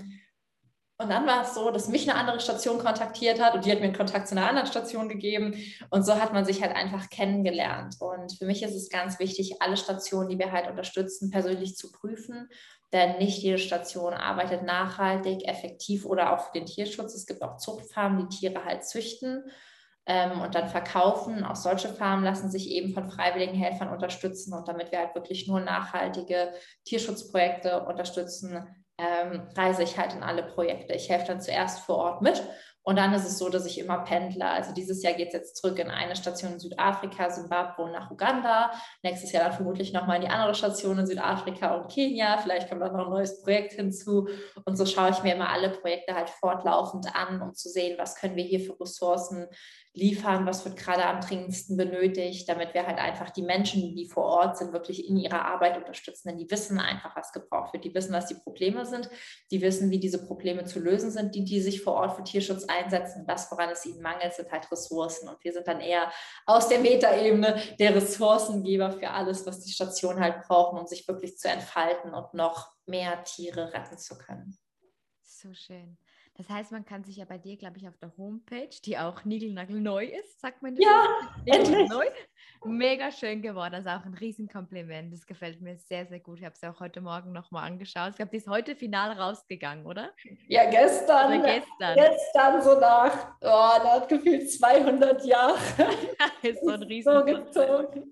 Und dann war es so, dass mich eine andere Station kontaktiert hat und die hat mir einen Kontakt zu einer anderen Station gegeben. Und so hat man sich halt einfach kennengelernt. Und für mich ist es ganz wichtig, alle Stationen, die wir halt unterstützen, persönlich zu prüfen. Denn nicht jede Station arbeitet nachhaltig, effektiv oder auch für den Tierschutz. Es gibt auch Zuchtfarmen, die Tiere halt züchten ähm, und dann verkaufen. Auch solche Farmen lassen sich eben von freiwilligen Helfern unterstützen. Und damit wir halt wirklich nur nachhaltige Tierschutzprojekte unterstützen, ähm, reise ich halt in alle Projekte. Ich helfe dann zuerst vor Ort mit und dann ist es so, dass ich immer pendle. Also dieses Jahr geht es jetzt zurück in eine Station in Südafrika, Zimbabwe und nach Uganda. Nächstes Jahr dann vermutlich nochmal in die andere Station in Südafrika und Kenia. Vielleicht kommt dann noch ein neues Projekt hinzu. Und so schaue ich mir immer alle Projekte halt fortlaufend an, um zu sehen, was können wir hier für Ressourcen liefern, was wird gerade am dringendsten benötigt, damit wir halt einfach die Menschen, die vor Ort sind, wirklich in ihrer Arbeit unterstützen, denn die wissen einfach, was gebraucht wird, die wissen, was die Probleme sind, die wissen, wie diese Probleme zu lösen sind, die, die sich vor Ort für Tierschutz einsetzen. Und das, woran es ihnen mangelt, sind halt Ressourcen und wir sind dann eher aus der Metaebene der Ressourcengeber für alles, was die Stationen halt brauchen, um sich wirklich zu entfalten und noch mehr Tiere retten zu können. So schön. Das heißt, man kann sich ja bei dir, glaube ich, auf der Homepage, die auch niegelnagelneu ist, sagt man das? Ja, endlich! Neu. Mega schön geworden. Also auch ein Riesenkompliment. Das gefällt mir sehr, sehr gut. Ich habe es ja auch heute Morgen nochmal angeschaut. Ich glaube, die ist heute final rausgegangen, oder? Ja, gestern. Oder gestern. Gestern so nach, oh, da hat gefühlt zweihundert Jahre. ist so ein riesen so gezogen.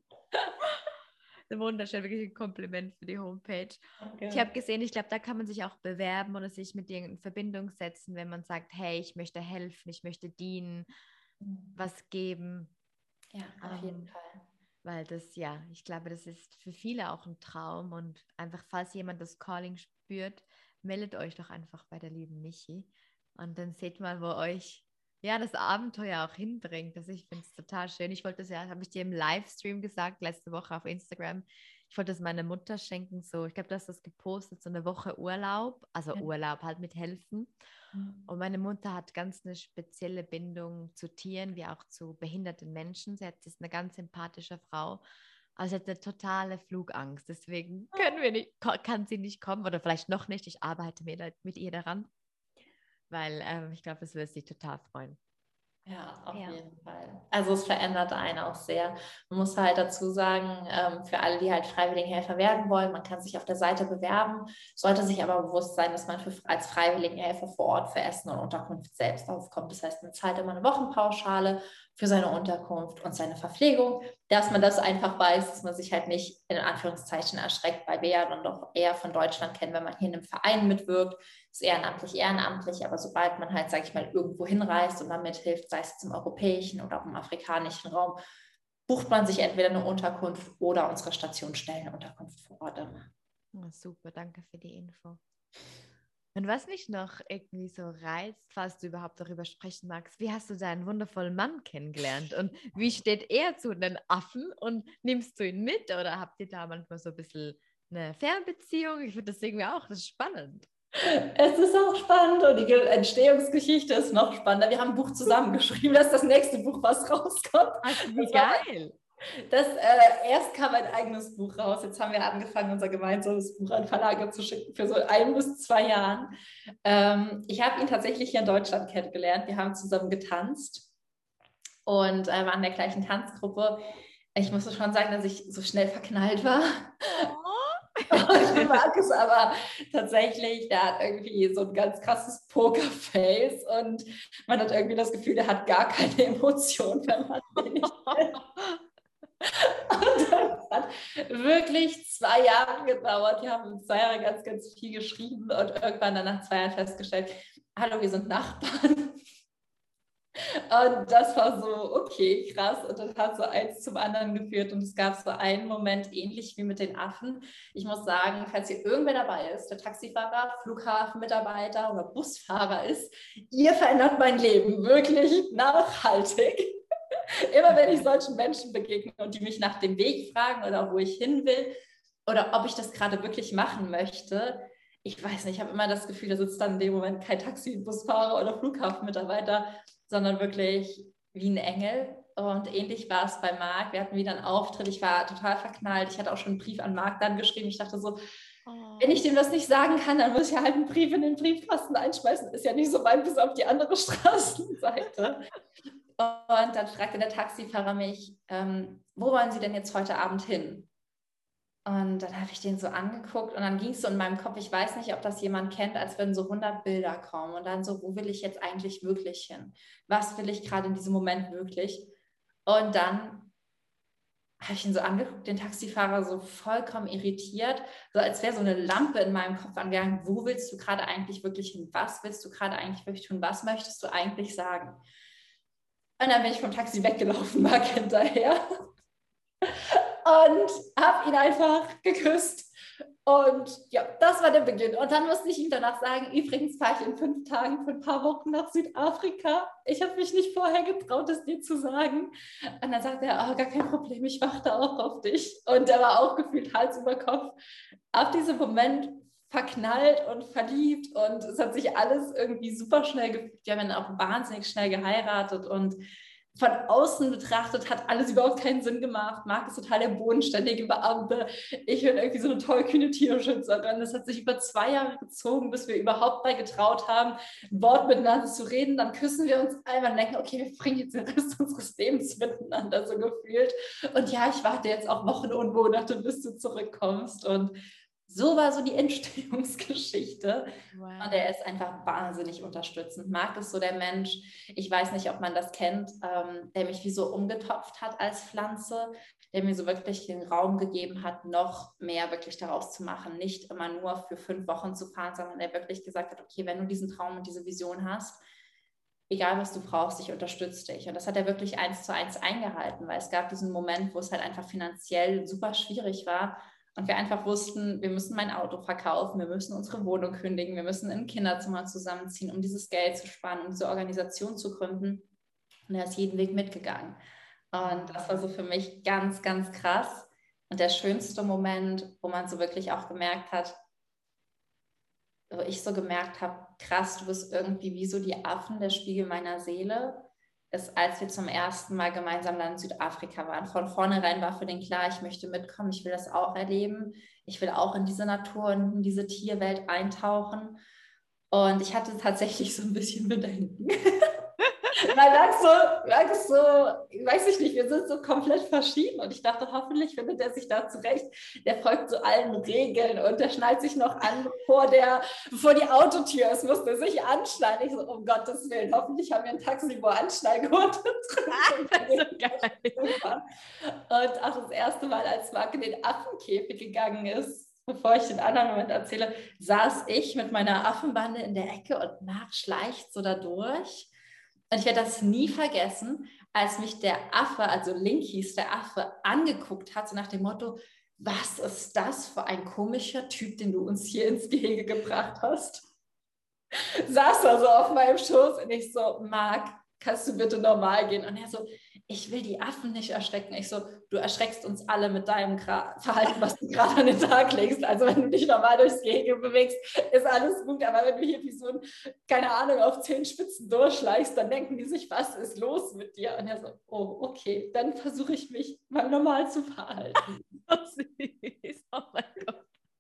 Wunderschön, wirklich ein Kompliment für die Homepage. Okay. Ich habe gesehen, ich glaube, da kann man sich auch bewerben oder sich mit dir in Verbindung setzen, wenn man sagt, hey, ich möchte helfen, ich möchte dienen, mhm. was geben. Ja, auf jeden um, Fall. Weil das, ja, ich glaube, das ist für viele auch ein Traum und einfach, falls jemand das Calling spürt, meldet euch doch einfach bei der lieben Michi und dann seht mal, wo euch ja, das Abenteuer auch hinbringt. Also ich finde es total schön. Ich wollte das ja, habe ich dir im Livestream gesagt, letzte Woche auf Instagram, ich wollte es meiner Mutter schenken, so, ich glaube, du hast das gepostet, so eine Woche Urlaub, also ja. Urlaub halt mit helfen. Mhm. Und meine Mutter hat ganz eine spezielle Bindung zu Tieren, wie auch zu behinderten Menschen. Sie, hat, sie ist eine ganz sympathische Frau. Also sie hat eine totale Flugangst, deswegen können wir nicht, kann sie nicht kommen oder vielleicht noch nicht. Ich arbeite mit, mit ihr daran. Weil ähm, ich glaube, es würde sich total freuen. Ja, auf ja. jeden Fall. Also es verändert einen auch sehr. Man muss halt dazu sagen, ähm, für alle, die halt Freiwilligenhelfer werden wollen, man kann sich auf der Seite bewerben, sollte sich aber bewusst sein, dass man für, als Freiwilligenhelfer vor Ort für Essen und Unterkunft selbst aufkommt. Das heißt, man zahlt immer eine Wochenpauschale für seine Unterkunft und seine Verpflegung, dass man das einfach weiß, dass man sich halt nicht in Anführungszeichen erschreckt, weil wir ja dann doch eher von Deutschland kennen, wenn man hier in einem Verein mitwirkt, ist ehrenamtlich, ehrenamtlich, aber sobald man halt, sage ich mal, irgendwo hinreist und damit hilft, sei es jetzt im europäischen oder auch im afrikanischen Raum, bucht man sich entweder eine Unterkunft oder unsere Station stellen eine Unterkunft vor Ort. Oh, super, danke für die Info. Und was mich noch irgendwie so reizt, falls du überhaupt darüber sprechen magst, wie hast du deinen wundervollen Mann kennengelernt und wie steht er zu den Affen und nimmst du ihn mit oder habt ihr da manchmal so ein bisschen eine Fernbeziehung? Ich finde das irgendwie auch, das ist spannend. Es ist auch spannend und die Entstehungsgeschichte ist noch spannender. Wir haben ein Buch zusammengeschrieben, das ist das nächste Buch, was rauskommt. Ach, wie geil! Das, äh, erst kam ein eigenes Buch raus, jetzt haben wir angefangen, unser gemeinsames Buch an Verlage zu schicken für so ein bis zwei Jahren. Ähm, ich habe ihn tatsächlich hier in Deutschland kennengelernt. Wir haben zusammen getanzt und äh, waren in der gleichen Tanzgruppe. Ich muss schon sagen, dass ich so schnell verknallt war. Ich mag es aber tatsächlich, der hat irgendwie so ein ganz krasses Pokerface und man hat irgendwie das Gefühl, der hat gar keine Emotionen, wenn man den nicht kennt. Und das hat wirklich zwei Jahre gedauert. Wir haben zwei Jahre ganz, ganz viel geschrieben und irgendwann dann nach zwei Jahren festgestellt, hallo, wir sind Nachbarn. Und das war so, okay, krass. Und das hat so eins zum anderen geführt. Und es gab so einen Moment, ähnlich wie mit den Affen. Ich muss sagen, falls hier irgendwer dabei ist, der Taxifahrer, Flughafenmitarbeiter oder Busfahrer ist, ihr verändert mein Leben wirklich nachhaltig. Immer wenn ich solchen Menschen begegne und die mich nach dem Weg fragen oder wo ich hin will oder ob ich das gerade wirklich machen möchte, ich weiß nicht, ich habe immer das Gefühl, da sitzt dann in dem Moment kein Taxi, Busfahrer oder Flughafenmitarbeiter, sondern wirklich wie ein Engel. Und ähnlich war es bei Marc. Wir hatten wieder einen Auftritt. Ich war total verknallt. Ich hatte auch schon einen Brief an Marc dann geschrieben. Ich dachte so, oh, wenn ich dem das nicht sagen kann, dann muss ich halt einen Brief in den Briefkasten einschmeißen. Ist ja nicht so weit bis auf die andere Straßenseite. Und dann fragte der Taxifahrer mich, ähm, wo wollen Sie denn jetzt heute Abend hin? Und dann habe ich den so angeguckt und dann ging es so in meinem Kopf, ich weiß nicht, ob das jemand kennt, als würden so hundert Bilder kommen und dann so, wo will ich jetzt eigentlich wirklich hin? Was will ich gerade in diesem Moment wirklich? Und dann habe ich ihn so angeguckt, den Taxifahrer so vollkommen irritiert, so als wäre so eine Lampe in meinem Kopf angegangen, wo willst du gerade eigentlich wirklich hin? Was willst du gerade eigentlich wirklich tun? Was möchtest du eigentlich sagen? Und dann bin ich vom Taxi weggelaufen, Marc hinterher. Und habe ihn einfach geküsst. Und ja, das war der Beginn. Und dann musste ich ihm danach sagen, übrigens fahre ich in fünf Tagen für ein paar Wochen nach Südafrika. Ich habe mich nicht vorher getraut, es dir zu sagen. Und dann sagte er, oh, gar kein Problem, ich warte auch auf dich. Und er war auch gefühlt Hals über Kopf. Ab diesem Moment verknallt und verliebt. Und es hat sich alles irgendwie super schnell gefühlt. Wir haben dann auch wahnsinnig schnell geheiratet und von außen betrachtet hat alles überhaupt keinen Sinn gemacht. Marc ist total der bodenständige Beamte. Ich bin irgendwie so eine tollkühne Tierschützerin. Das hat sich über zwei Jahre gezogen, bis wir überhaupt mal getraut haben, ein Wort miteinander zu reden. Dann küssen wir uns einmal und denken, okay, wir bringen jetzt den Rest unseres Lebens miteinander, so gefühlt. Und ja, ich warte jetzt auch Wochen und Monate, bis du zurückkommst. Und so war so die Entstehungsgeschichte. Wow. Und er ist einfach wahnsinnig unterstützend. Marc ist so der Mensch, ich weiß nicht, ob man das kennt, ähm, der mich wie so umgetopft hat als Pflanze, der mir so wirklich den Raum gegeben hat, noch mehr wirklich daraus zu machen. Nicht immer nur für fünf Wochen zu fahren, sondern der wirklich gesagt hat, okay, wenn du diesen Traum und diese Vision hast, egal was du brauchst, ich unterstütze dich. Und das hat er wirklich eins zu eins eingehalten, weil es gab diesen Moment, wo es halt einfach finanziell super schwierig war. Und wir einfach wussten, wir müssen mein Auto verkaufen, wir müssen unsere Wohnung kündigen, wir müssen in ein Kinderzimmer zusammenziehen, um dieses Geld zu sparen, um diese Organisation zu gründen. Und er ist jeden Weg mitgegangen. Und das war so für mich ganz, ganz krass. Und der schönste Moment, wo man so wirklich auch gemerkt hat, wo ich so gemerkt habe, krass, du bist irgendwie wie so die Affen, der Spiegel meiner Seele, ist, als wir zum ersten Mal gemeinsam dann in Südafrika waren. Von vornherein war für den klar, ich möchte mitkommen, ich will das auch erleben. Ich will auch in diese Natur und in diese Tierwelt eintauchen. Und ich hatte tatsächlich so ein bisschen Bedenken. Weil lag so, lag so, weiß ich nicht, wir sind so komplett verschieden und ich dachte, hoffentlich findet er sich da zurecht. Der folgt so allen Regeln und der schnallt sich noch an, bevor, der, bevor die Autotür ist, musste er sich anschnallen. Ich so, um Gottes Willen, hoffentlich haben wir ein Taxi, wo Anschnallgurte drin sind. Und auch das erste Mal, als Marc in den Affenkäfig gegangen ist, bevor ich den anderen Moment erzähle, saß ich mit meiner Affenbande in der Ecke und Marc schleicht so da durch. Und ich werde das nie vergessen, als mich der Affe, also Link hieß der Affe, angeguckt hat, so nach dem Motto, was ist das für ein komischer Typ, den du uns hier ins Gehege gebracht hast? saß da so auf meinem Schoß und ich so, Marc, kannst du bitte normal gehen? Und er so, ich will die Affen nicht erschrecken. Ich so, du erschreckst uns alle mit deinem Gra- Verhalten, was du gerade an den Tag legst. Also wenn du dich normal durchs Gehege bewegst, ist alles gut. Aber wenn du hier wie so ein, keine Ahnung, auf zehn Spitzen durchschleichst, dann denken die sich, was ist los mit dir? Und er so, oh, okay, dann versuche ich mich mal normal zu verhalten. Oh, süß. Oh mein Gott.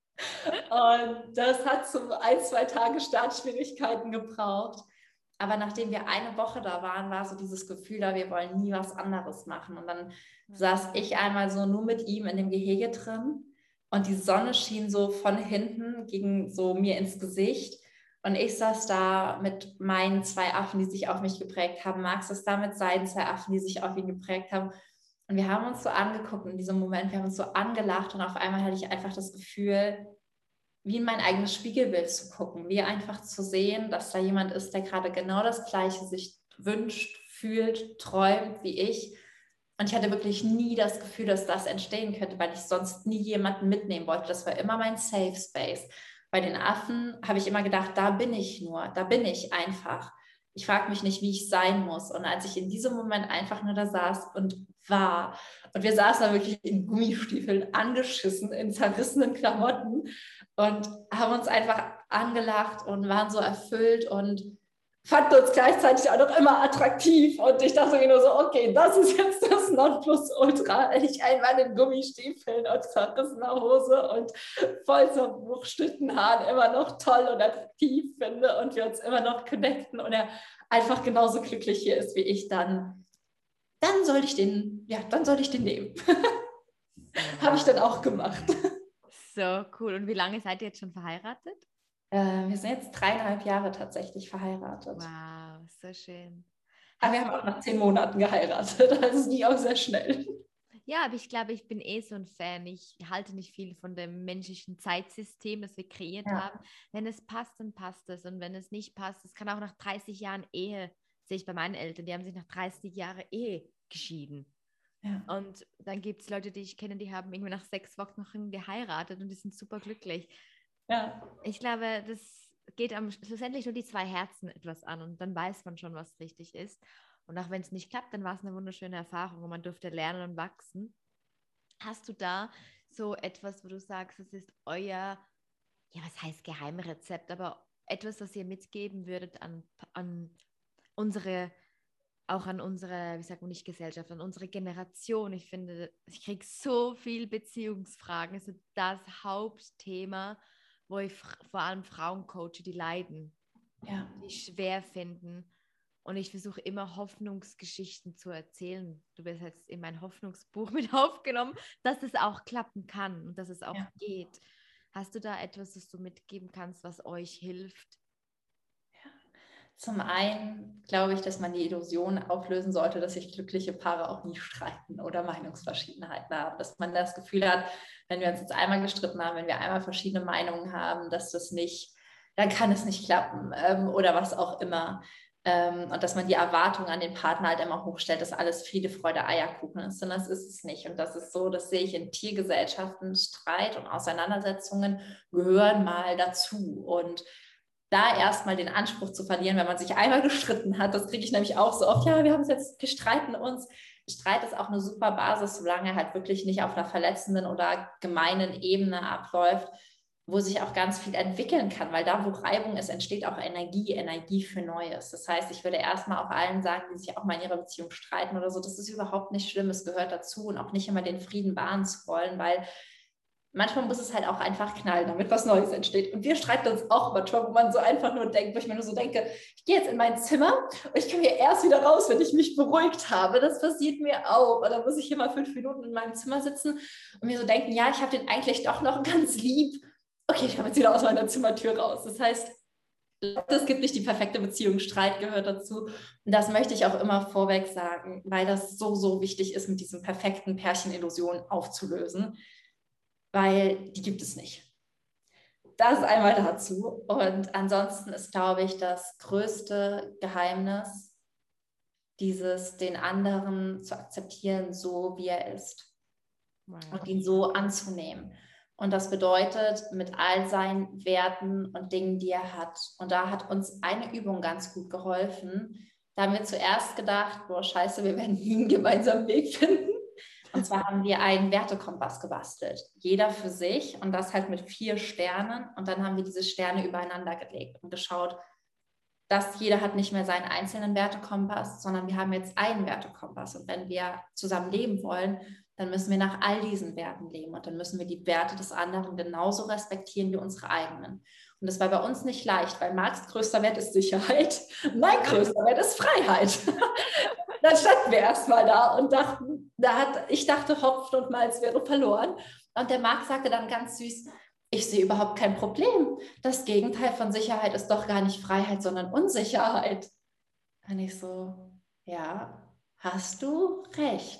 Und das hat so ein, zwei Tage Startschwierigkeiten gebraucht. Aber nachdem wir eine Woche da waren, war so dieses Gefühl da, wir wollen nie was anderes machen. Und dann saß ich einmal so nur mit ihm in dem Gehege drin und die Sonne schien so von hinten gegen so mir ins Gesicht. Und ich saß da mit meinen zwei Affen, die sich auf mich geprägt haben. Max saß da mit seinen zwei Affen, die sich auf ihn geprägt haben. Und wir haben uns so angeguckt in diesem Moment, wir haben uns so angelacht und auf einmal hatte ich einfach das Gefühl, wie in mein eigenes Spiegelbild zu gucken, wie einfach zu sehen, dass da jemand ist, der gerade genau das Gleiche sich wünscht, fühlt, träumt wie ich. Und ich hatte wirklich nie das Gefühl, dass das entstehen könnte, weil ich sonst nie jemanden mitnehmen wollte. Das war immer mein Safe Space. Bei den Affen habe ich immer gedacht, da bin ich nur, da bin ich einfach. Ich frage mich nicht, wie ich sein muss. Und als ich in diesem Moment einfach nur da saß und war, und wir saßen da wirklich in Gummistiefeln, angeschissen, in zerrissenen Klamotten und haben uns einfach angelacht und waren so erfüllt und fanden uns gleichzeitig auch noch immer attraktiv. Und ich dachte mir nur so, okay, das ist jetzt das Nonplusultra. Ich einmal in Gummistiefeln und zerrissener Hose und voll zerwurschtelten Haaren immer noch toll und attraktiv finde und wir uns immer noch connecten und er einfach genauso glücklich hier ist wie ich, dann, dann soll ich den, ja, dann soll ich den nehmen. Habe ich dann auch gemacht. So cool. Und wie lange seid ihr jetzt schon verheiratet? Äh, wir sind jetzt dreieinhalb Jahre tatsächlich verheiratet. Wow, so schön. Aber wir haben auch nach zehn Monaten geheiratet. Also es ging auch sehr schnell. Ja, aber ich glaube, ich bin eh so ein Fan. Ich halte nicht viel von dem menschlichen Zeitsystem, das wir kreiert Ja. haben. Wenn es passt, dann passt es. Und wenn es nicht passt, es kann auch nach dreißig Jahren Ehe, sehe ich bei meinen Eltern, die haben sich nach dreißig Jahren Ehe geschieden. Ja. Und dann gibt es Leute, die ich kenne, die haben irgendwie nach sechs Wochen geheiratet und die sind super glücklich. Ja. Ich glaube, das geht am schlussendlich nur die zwei Herzen etwas an und dann weiß man schon, was richtig ist. Und auch wenn es nicht klappt, dann war es eine wunderschöne Erfahrung und man durfte lernen und wachsen. Hast du da so etwas, wo du sagst, das ist euer, ja, was heißt Geheimrezept, aber etwas, was ihr mitgeben würdet an, an unsere, auch an unsere, wie sagt man nicht Gesellschaft, an unsere Generation. Ich finde, ich kriege so viel Beziehungsfragen. Das ist das Hauptthema, wo ich vor allem Frauen coache, die leiden, Ja. die schwer finden. Und ich versuche immer Hoffnungsgeschichten zu erzählen. Du bist jetzt in mein Hoffnungsbuch mit aufgenommen, dass es auch klappen kann und dass es auch Ja. geht. Hast du da etwas, das du mitgeben kannst, was euch hilft? Zum einen glaube ich, dass man die Illusion auflösen sollte, dass sich glückliche Paare auch nie streiten oder Meinungsverschiedenheiten haben. Dass man das Gefühl hat, wenn wir uns jetzt einmal gestritten haben, wenn wir einmal verschiedene Meinungen haben, dass das nicht, dann kann es nicht klappen ähm, oder was auch immer. Ähm, und dass man die Erwartung an den Partner halt immer hochstellt, dass alles Friede, Freude, Eierkuchen ist. Und das ist es nicht. Und das ist so, das sehe ich in Tiergesellschaften, Streit und Auseinandersetzungen gehören mal dazu. Und da erstmal den Anspruch zu verlieren, wenn man sich einmal gestritten hat, das kriege ich nämlich auch so oft, ja, wir haben es jetzt, wir streiten uns. Streit ist auch eine super Basis, solange er halt wirklich nicht auf einer verletzenden oder gemeinen Ebene abläuft, wo sich auch ganz viel entwickeln kann, weil da, wo Reibung ist, entsteht auch Energie, Energie für Neues. Das heißt, ich würde erstmal auch allen sagen, die sich auch mal in ihrer Beziehung streiten oder so, das ist überhaupt nicht schlimm, es gehört dazu und auch nicht immer den Frieden wahren zu wollen, weil manchmal muss es halt auch einfach knallen, damit was Neues entsteht. Und wir streiten uns auch manchmal, wo man so einfach nur denkt, wo ich mir nur so denke, ich gehe jetzt in mein Zimmer und ich komme hier erst wieder raus, wenn ich mich beruhigt habe. Das passiert mir auch. Und dann muss ich hier mal fünf Minuten in meinem Zimmer sitzen und mir so denken, ja, ich habe den eigentlich doch noch ganz lieb. Okay, ich komme jetzt wieder aus meiner Zimmertür raus. Das heißt, es gibt nicht die perfekte Beziehung, Streit gehört dazu. Und das möchte ich auch immer vorweg sagen, weil das so, so wichtig ist, mit diesen perfekten Pärchenillusionen aufzulösen. Weil die gibt es nicht. Das einmal dazu. Und ansonsten ist, glaube ich, das größte Geheimnis, dieses den anderen zu akzeptieren, so wie er ist. Wow. Und ihn so anzunehmen. Und das bedeutet, mit all seinen Werten und Dingen, die er hat. Und da hat uns eine Übung ganz gut geholfen. Da haben wir zuerst gedacht, boah, scheiße, wir werden nie einen gemeinsamen Weg finden. Und zwar haben wir einen Wertekompass gebastelt. Jeder für sich und das halt mit vier Sternen. Und dann haben wir diese Sterne übereinander gelegt und geschaut, dass jeder hat nicht mehr seinen einzelnen Wertekompass, sondern wir haben jetzt einen Wertekompass. Und wenn wir zusammen leben wollen, dann müssen wir nach all diesen Werten leben. Und dann müssen wir die Werte des anderen genauso respektieren wie unsere eigenen. Und das war bei uns nicht leicht, weil Marcs größter Wert ist Sicherheit, mein größter Wert ist Freiheit. Dann standen wir erstmal da und dachten, da hat, ich dachte, Hopfen und Malz wäre verloren. Und der Marc sagte dann ganz süß, ich sehe überhaupt kein Problem. Das Gegenteil von Sicherheit ist doch gar nicht Freiheit, sondern Unsicherheit. Und ich so, ja, hast du recht.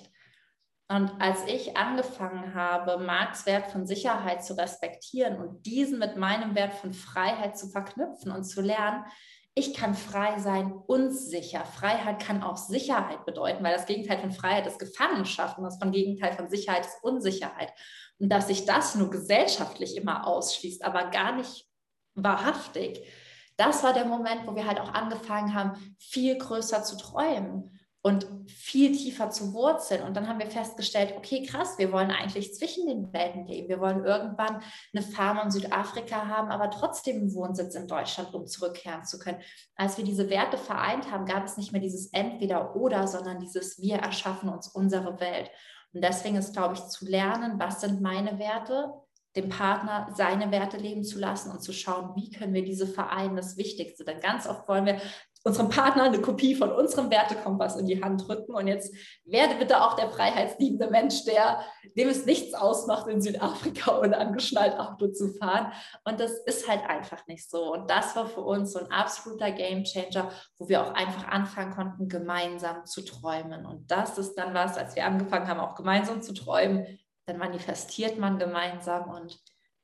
Und als ich angefangen habe, Marcs Wert von Sicherheit zu respektieren und diesen mit meinem Wert von Freiheit zu verknüpfen und zu lernen, ich kann frei sein, unsicher. Freiheit kann auch Sicherheit bedeuten, weil das Gegenteil von Freiheit ist Gefangenschaft und das von Gegenteil von Sicherheit ist Unsicherheit. Und dass sich das nur gesellschaftlich immer ausschließt, aber gar nicht wahrhaftig, das war der Moment, wo wir halt auch angefangen haben, viel größer zu träumen und viel tiefer zu wurzeln. Und dann haben wir festgestellt, okay, krass, wir wollen eigentlich zwischen den Welten leben. Wir wollen irgendwann eine Farm in Südafrika haben, aber trotzdem einen Wohnsitz in Deutschland, um zurückkehren zu können. Als wir diese Werte vereint haben, gab es nicht mehr dieses Entweder-Oder, sondern dieses Wir erschaffen uns unsere Welt. Und deswegen ist, glaube ich, zu lernen, was sind meine Werte, dem Partner seine Werte leben zu lassen und zu schauen, wie können wir diese vereinen, das Wichtigste. Denn ganz oft wollen wir unserem Partner eine Kopie von unserem Wertekompass in die Hand drücken. Und jetzt werde bitte auch der freiheitsliebende Mensch, der, dem es nichts ausmacht, in Südafrika ohne angeschnallt Auto zu fahren. Und das ist halt einfach nicht so. Und das war für uns so ein absoluter Gamechanger, wo wir auch einfach anfangen konnten, gemeinsam zu träumen. Und das ist dann was, als wir angefangen haben, auch gemeinsam zu träumen, dann manifestiert man gemeinsam und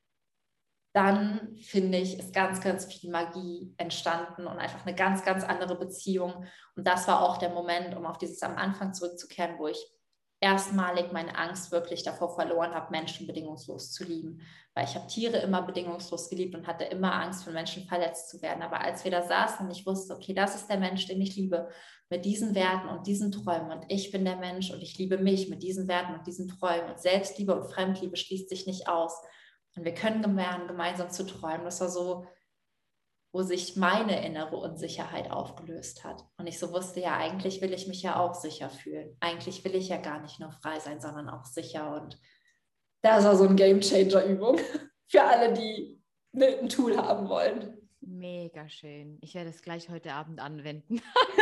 dann, finde ich, ist ganz, ganz viel Magie entstanden und einfach eine ganz, ganz andere Beziehung. Und das war auch der Moment, um auf dieses am Anfang zurückzukehren, wo ich erstmalig meine Angst wirklich davor verloren habe, Menschen bedingungslos zu lieben. Weil ich habe Tiere immer bedingungslos geliebt und hatte immer Angst, von Menschen verletzt zu werden. Aber als wir da saßen und ich wusste, okay, das ist der Mensch, den ich liebe, mit diesen Werten und diesen Träumen und ich bin der Mensch und ich liebe mich mit diesen Werten und diesen Träumen und Selbstliebe und Fremdliebe schließt sich nicht aus. Und wir können lernen, gemeinsam zu träumen. Das war so, wo sich meine innere Unsicherheit aufgelöst hat. Und ich so wusste, ja, eigentlich will ich mich ja auch sicher fühlen. Eigentlich will ich ja gar nicht nur frei sein, sondern auch sicher. Und das war so eine Game-Changer-Übung für alle, die ein Tool haben wollen. Mega schön. Ich werde es gleich heute Abend anwenden.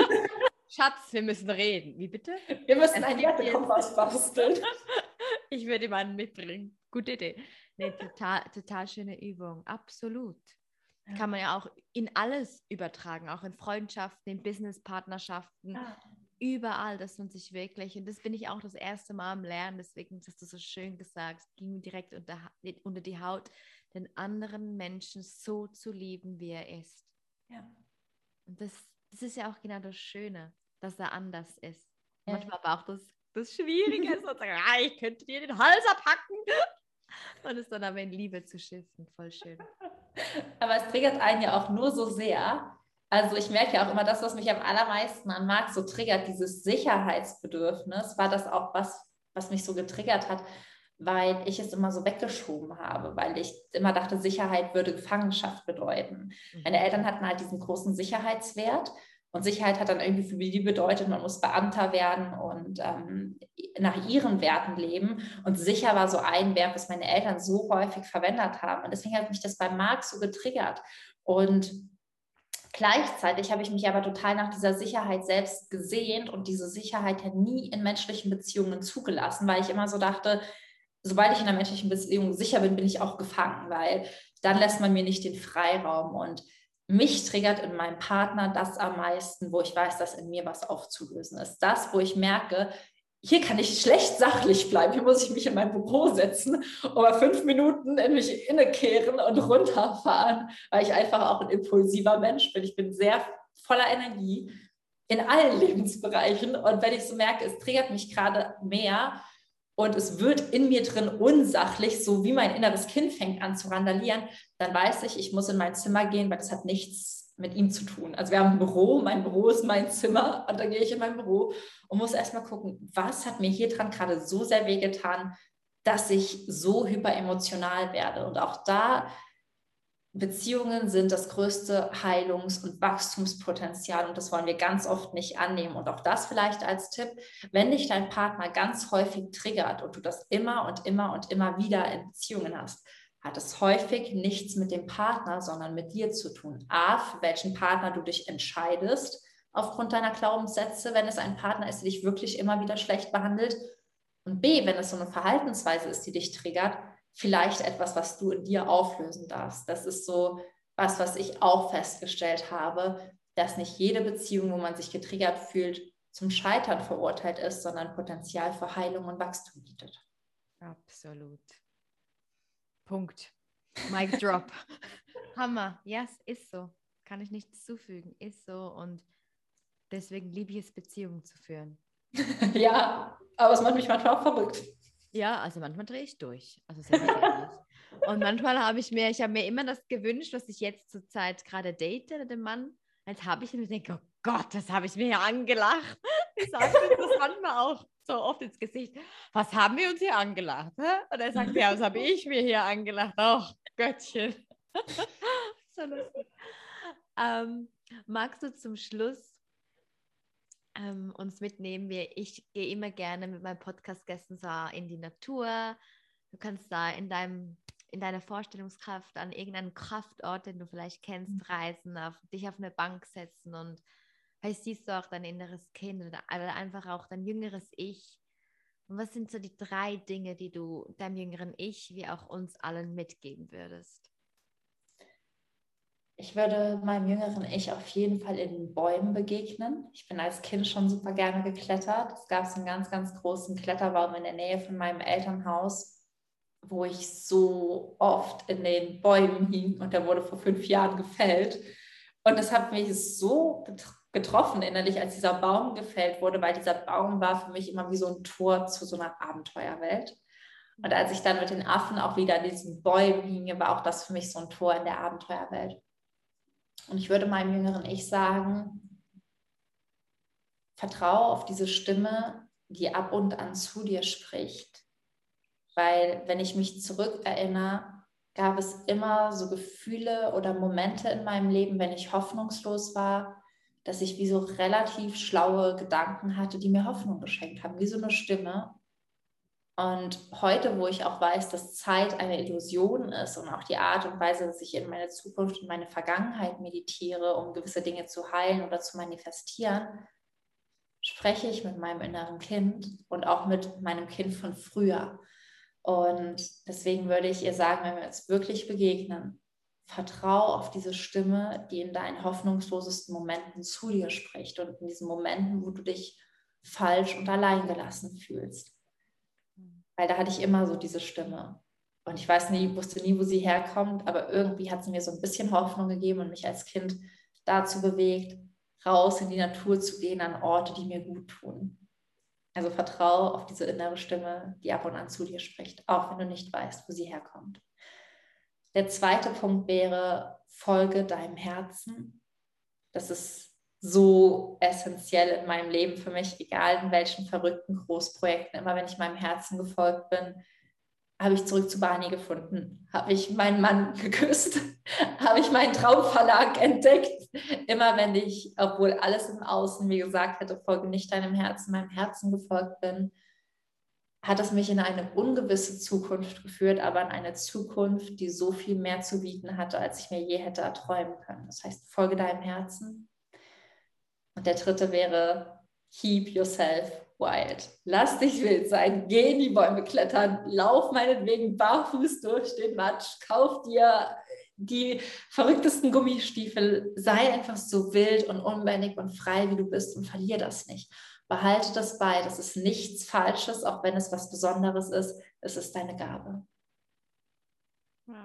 Schatz, wir müssen reden. Wie bitte? Wir müssen einen Wertekompass basteln. Ich würde ihn mal mitbringen. Gute Idee. Nee, total, total schöne Übung. Absolut. Ja. Kann man ja auch in alles übertragen, auch in Freundschaften, in Businesspartnerschaften, ja. Überall, dass man sich wirklich, und das bin ich auch das erste Mal am Lernen, deswegen hast du so schön gesagt, ging mir direkt unter, unter die Haut, den anderen Menschen so zu lieben, wie er ist. Ja. Und das, das ist ja auch genau das Schöne, dass er anders ist. Ja. Manchmal aber auch das, das Schwierige ist, sozusagen, ah, ich könnte dir den Hals abhacken. Und es dann aber in Liebe zu schiffen. Voll schön. Aber es triggert einen ja auch nur so sehr. Also ich merke ja auch immer, das, was mich am allermeisten an Marc so triggert, dieses Sicherheitsbedürfnis, war das auch was, was mich so getriggert hat, weil ich es immer so weggeschoben habe, weil ich immer dachte, Sicherheit würde Gefangenschaft bedeuten. Mhm. Meine Eltern hatten halt diesen großen Sicherheitswert. Und Sicherheit hat dann irgendwie für die bedeutet, man muss Beamter werden und ähm, nach ihren Werten leben. Und sicher war so ein Wert, was meine Eltern so häufig verwendet haben. Und deswegen hat mich das bei Marc so getriggert. Und gleichzeitig habe ich mich aber total nach dieser Sicherheit selbst gesehnt und diese Sicherheit ja nie in menschlichen Beziehungen zugelassen, weil ich immer so dachte, sobald ich in einer menschlichen Beziehung sicher bin, bin ich auch gefangen, weil dann lässt man mir nicht den Freiraum. Und mich triggert in meinem Partner das am meisten, wo ich weiß, dass in mir was aufzulösen ist. Das, wo ich merke, hier kann ich schlecht sachlich bleiben. Hier muss ich mich in mein Büro setzen, aber fünf Minuten in mich innekehren und runterfahren, weil ich einfach auch ein impulsiver Mensch bin. Ich bin sehr voller Energie in allen Lebensbereichen. Und wenn ich so merke, es triggert mich gerade mehr, und es wird in mir drin unsachlich, so wie mein inneres Kind fängt an zu randalieren, dann weiß ich, ich muss in mein Zimmer gehen, weil das hat nichts mit ihm zu tun. Also wir haben ein Büro, mein Büro ist mein Zimmer und dann gehe ich in mein Büro und muss erstmal gucken, was hat mir hier dran gerade so sehr wehgetan, dass ich so hyperemotional werde. Und auch da, Beziehungen sind das größte Heilungs- und Wachstumspotenzial und das wollen wir ganz oft nicht annehmen. Und auch das vielleicht als Tipp, wenn dich dein Partner ganz häufig triggert und du das immer und immer und immer wieder in Beziehungen hast, hat es häufig nichts mit dem Partner, sondern mit dir zu tun. A, für welchen Partner du dich entscheidest aufgrund deiner Glaubenssätze, wenn es ein Partner ist, der dich wirklich immer wieder schlecht behandelt. Und B, wenn es so eine Verhaltensweise ist, die dich triggert, vielleicht etwas, was du in dir auflösen darfst. Das ist so was, was ich auch festgestellt habe, dass nicht jede Beziehung, wo man sich getriggert fühlt, zum Scheitern verurteilt ist, sondern Potenzial für Heilung und Wachstum bietet. Absolut. Punkt. Mic drop. Hammer. Ja, es ist so. Kann ich nichts zufügen. Ist so. Und deswegen liebe ich es, Beziehungen zu führen. Ja, aber es macht mich manchmal auch verrückt. Ja, also manchmal drehe ich durch. Also sehr, sehr ehrlich. Und manchmal habe ich mir, ich habe mir immer das gewünscht, was ich jetzt zur Zeit gerade date, den Mann. Jetzt habe ich und denke, oh Gott, das habe ich mir hier angelacht. Ich sage das manchmal auch so oft ins Gesicht. Was haben wir uns hier angelacht? Hä? Und er sagt, ja, was habe ich mir hier angelacht? Ach, Göttchen. So lustig. Ähm, magst du zum Schluss ähm, uns mitnehmen? Wir, ich gehe immer gerne mit meinen Podcast-Gästen so in die Natur. Du kannst da in deinem in deiner Vorstellungskraft an irgendeinen Kraftort, den du vielleicht kennst, reisen, auf, dich auf eine Bank setzen und vielleicht siehst du auch dein inneres Kind oder einfach auch dein jüngeres Ich. Und was sind so die drei Dinge, die du deinem jüngeren Ich wie auch uns allen mitgeben würdest? Ich würde meinem jüngeren Ich auf jeden Fall in den Bäumen begegnen. Ich bin als Kind schon super gerne geklettert. Es gab so einen ganz, ganz großen Kletterbaum in der Nähe von meinem Elternhaus, wo ich so oft in den Bäumen hing und der wurde vor fünf Jahren gefällt. Und das hat mich so getroffen innerlich, als dieser Baum gefällt wurde, weil dieser Baum war für mich immer wie so ein Tor zu so einer Abenteuerwelt. Und als ich dann mit den Affen auch wieder an diesen Bäumen hing, war auch das für mich so ein Tor in der Abenteuerwelt. Und ich würde meinem jüngeren Ich sagen, vertraue auf diese Stimme, die ab und an zu dir spricht. Weil wenn ich mich zurückerinnere, gab es immer so Gefühle oder Momente in meinem Leben, wenn ich hoffnungslos war, dass ich wie so relativ schlaue Gedanken hatte, die mir Hoffnung geschenkt haben, wie so eine Stimme. Und heute, wo ich auch weiß, dass Zeit eine Illusion ist und auch die Art und Weise, dass ich in meine Zukunft und meine Vergangenheit meditiere, um gewisse Dinge zu heilen oder zu manifestieren, spreche ich mit meinem inneren Kind und auch mit meinem Kind von früher. Und deswegen würde ich ihr sagen, wenn wir uns wirklich begegnen, vertraue auf diese Stimme, die in deinen hoffnungslosesten Momenten zu dir spricht und in diesen Momenten, wo du dich falsch und allein gelassen fühlst. Weil da hatte ich immer so diese Stimme. Und ich weiß nie, wusste nie, wo sie herkommt, aber irgendwie hat sie mir so ein bisschen Hoffnung gegeben und mich als Kind dazu bewegt, raus in die Natur zu gehen, an Orte, die mir gut tun. Also vertraue auf diese innere Stimme, die ab und an zu dir spricht, auch wenn du nicht weißt, wo sie herkommt. Der zweite Punkt wäre, folge deinem Herzen. Das ist so essentiell in meinem Leben für mich, egal in welchen verrückten Großprojekten. Immer wenn ich meinem Herzen gefolgt bin, habe ich zurück zu Barney gefunden, habe ich meinen Mann geküsst, habe ich meinen Traumverlag entdeckt. Immer wenn ich, obwohl alles im Außen mir gesagt hätte, folge nicht deinem Herzen, meinem Herzen gefolgt bin, hat es mich in eine ungewisse Zukunft geführt, aber in eine Zukunft, die so viel mehr zu bieten hatte, als ich mir je hätte erträumen können. Das heißt, folge deinem Herzen. Und der dritte wäre, keep yourself wild. Lass dich wild sein, geh in die Bäume klettern, lauf meinetwegen barfuß durch den Matsch, kauf dir die verrücktesten Gummistiefel, sei einfach so wild und unbändig und frei, wie du bist und verlier das nicht. Behalte das bei, das ist nichts Falsches, auch wenn es was Besonderes ist, es ist deine Gabe. Wow.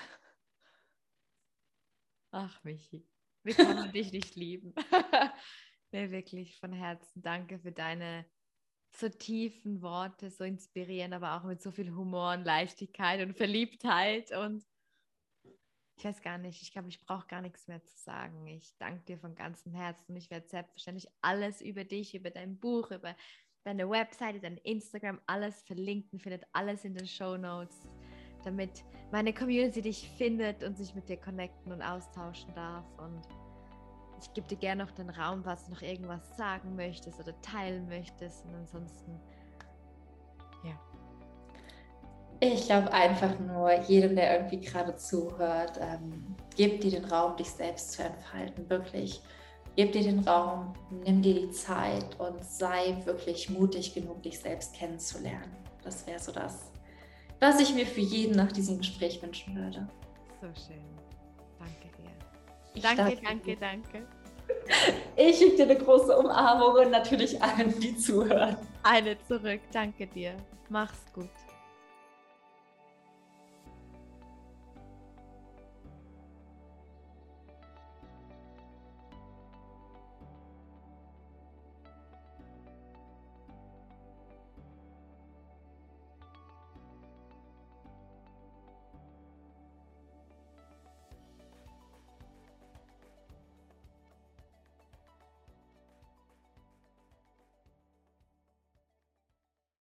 Ach, Michi, wie kann man dich nicht lieben? Nee, wirklich von Herzen danke für deine so tiefen Worte, so inspirieren, aber auch mit so viel Humor und Leichtigkeit und Verliebtheit. Und ich weiß gar nicht, ich glaube, ich brauche gar nichts mehr zu sagen. Ich danke dir von ganzem Herzen. Ich werde selbstverständlich alles über dich, über dein Buch, über deine Webseite, dein Instagram, alles verlinken, findet alles in den Shownotes, damit meine Community dich findet und sich mit dir connecten und austauschen darf. Und ich gebe dir gerne noch den Raum, was du noch irgendwas sagen möchtest oder teilen möchtest. Und ansonsten, ja. Ich glaube einfach nur, jedem, der irgendwie gerade zuhört, ähm, gib dir den Raum, dich selbst zu entfalten, wirklich. Gib dir den Raum, nimm dir die Zeit und sei wirklich mutig genug, dich selbst kennenzulernen. Das wäre so das, was ich mir für jeden nach diesem Gespräch wünschen würde. So schön. Danke dir. Ich danke, danke, danke. Ich schicke dir eine große Umarmung und natürlich allen, die zuhören. Eine zurück. Danke dir. Mach's gut.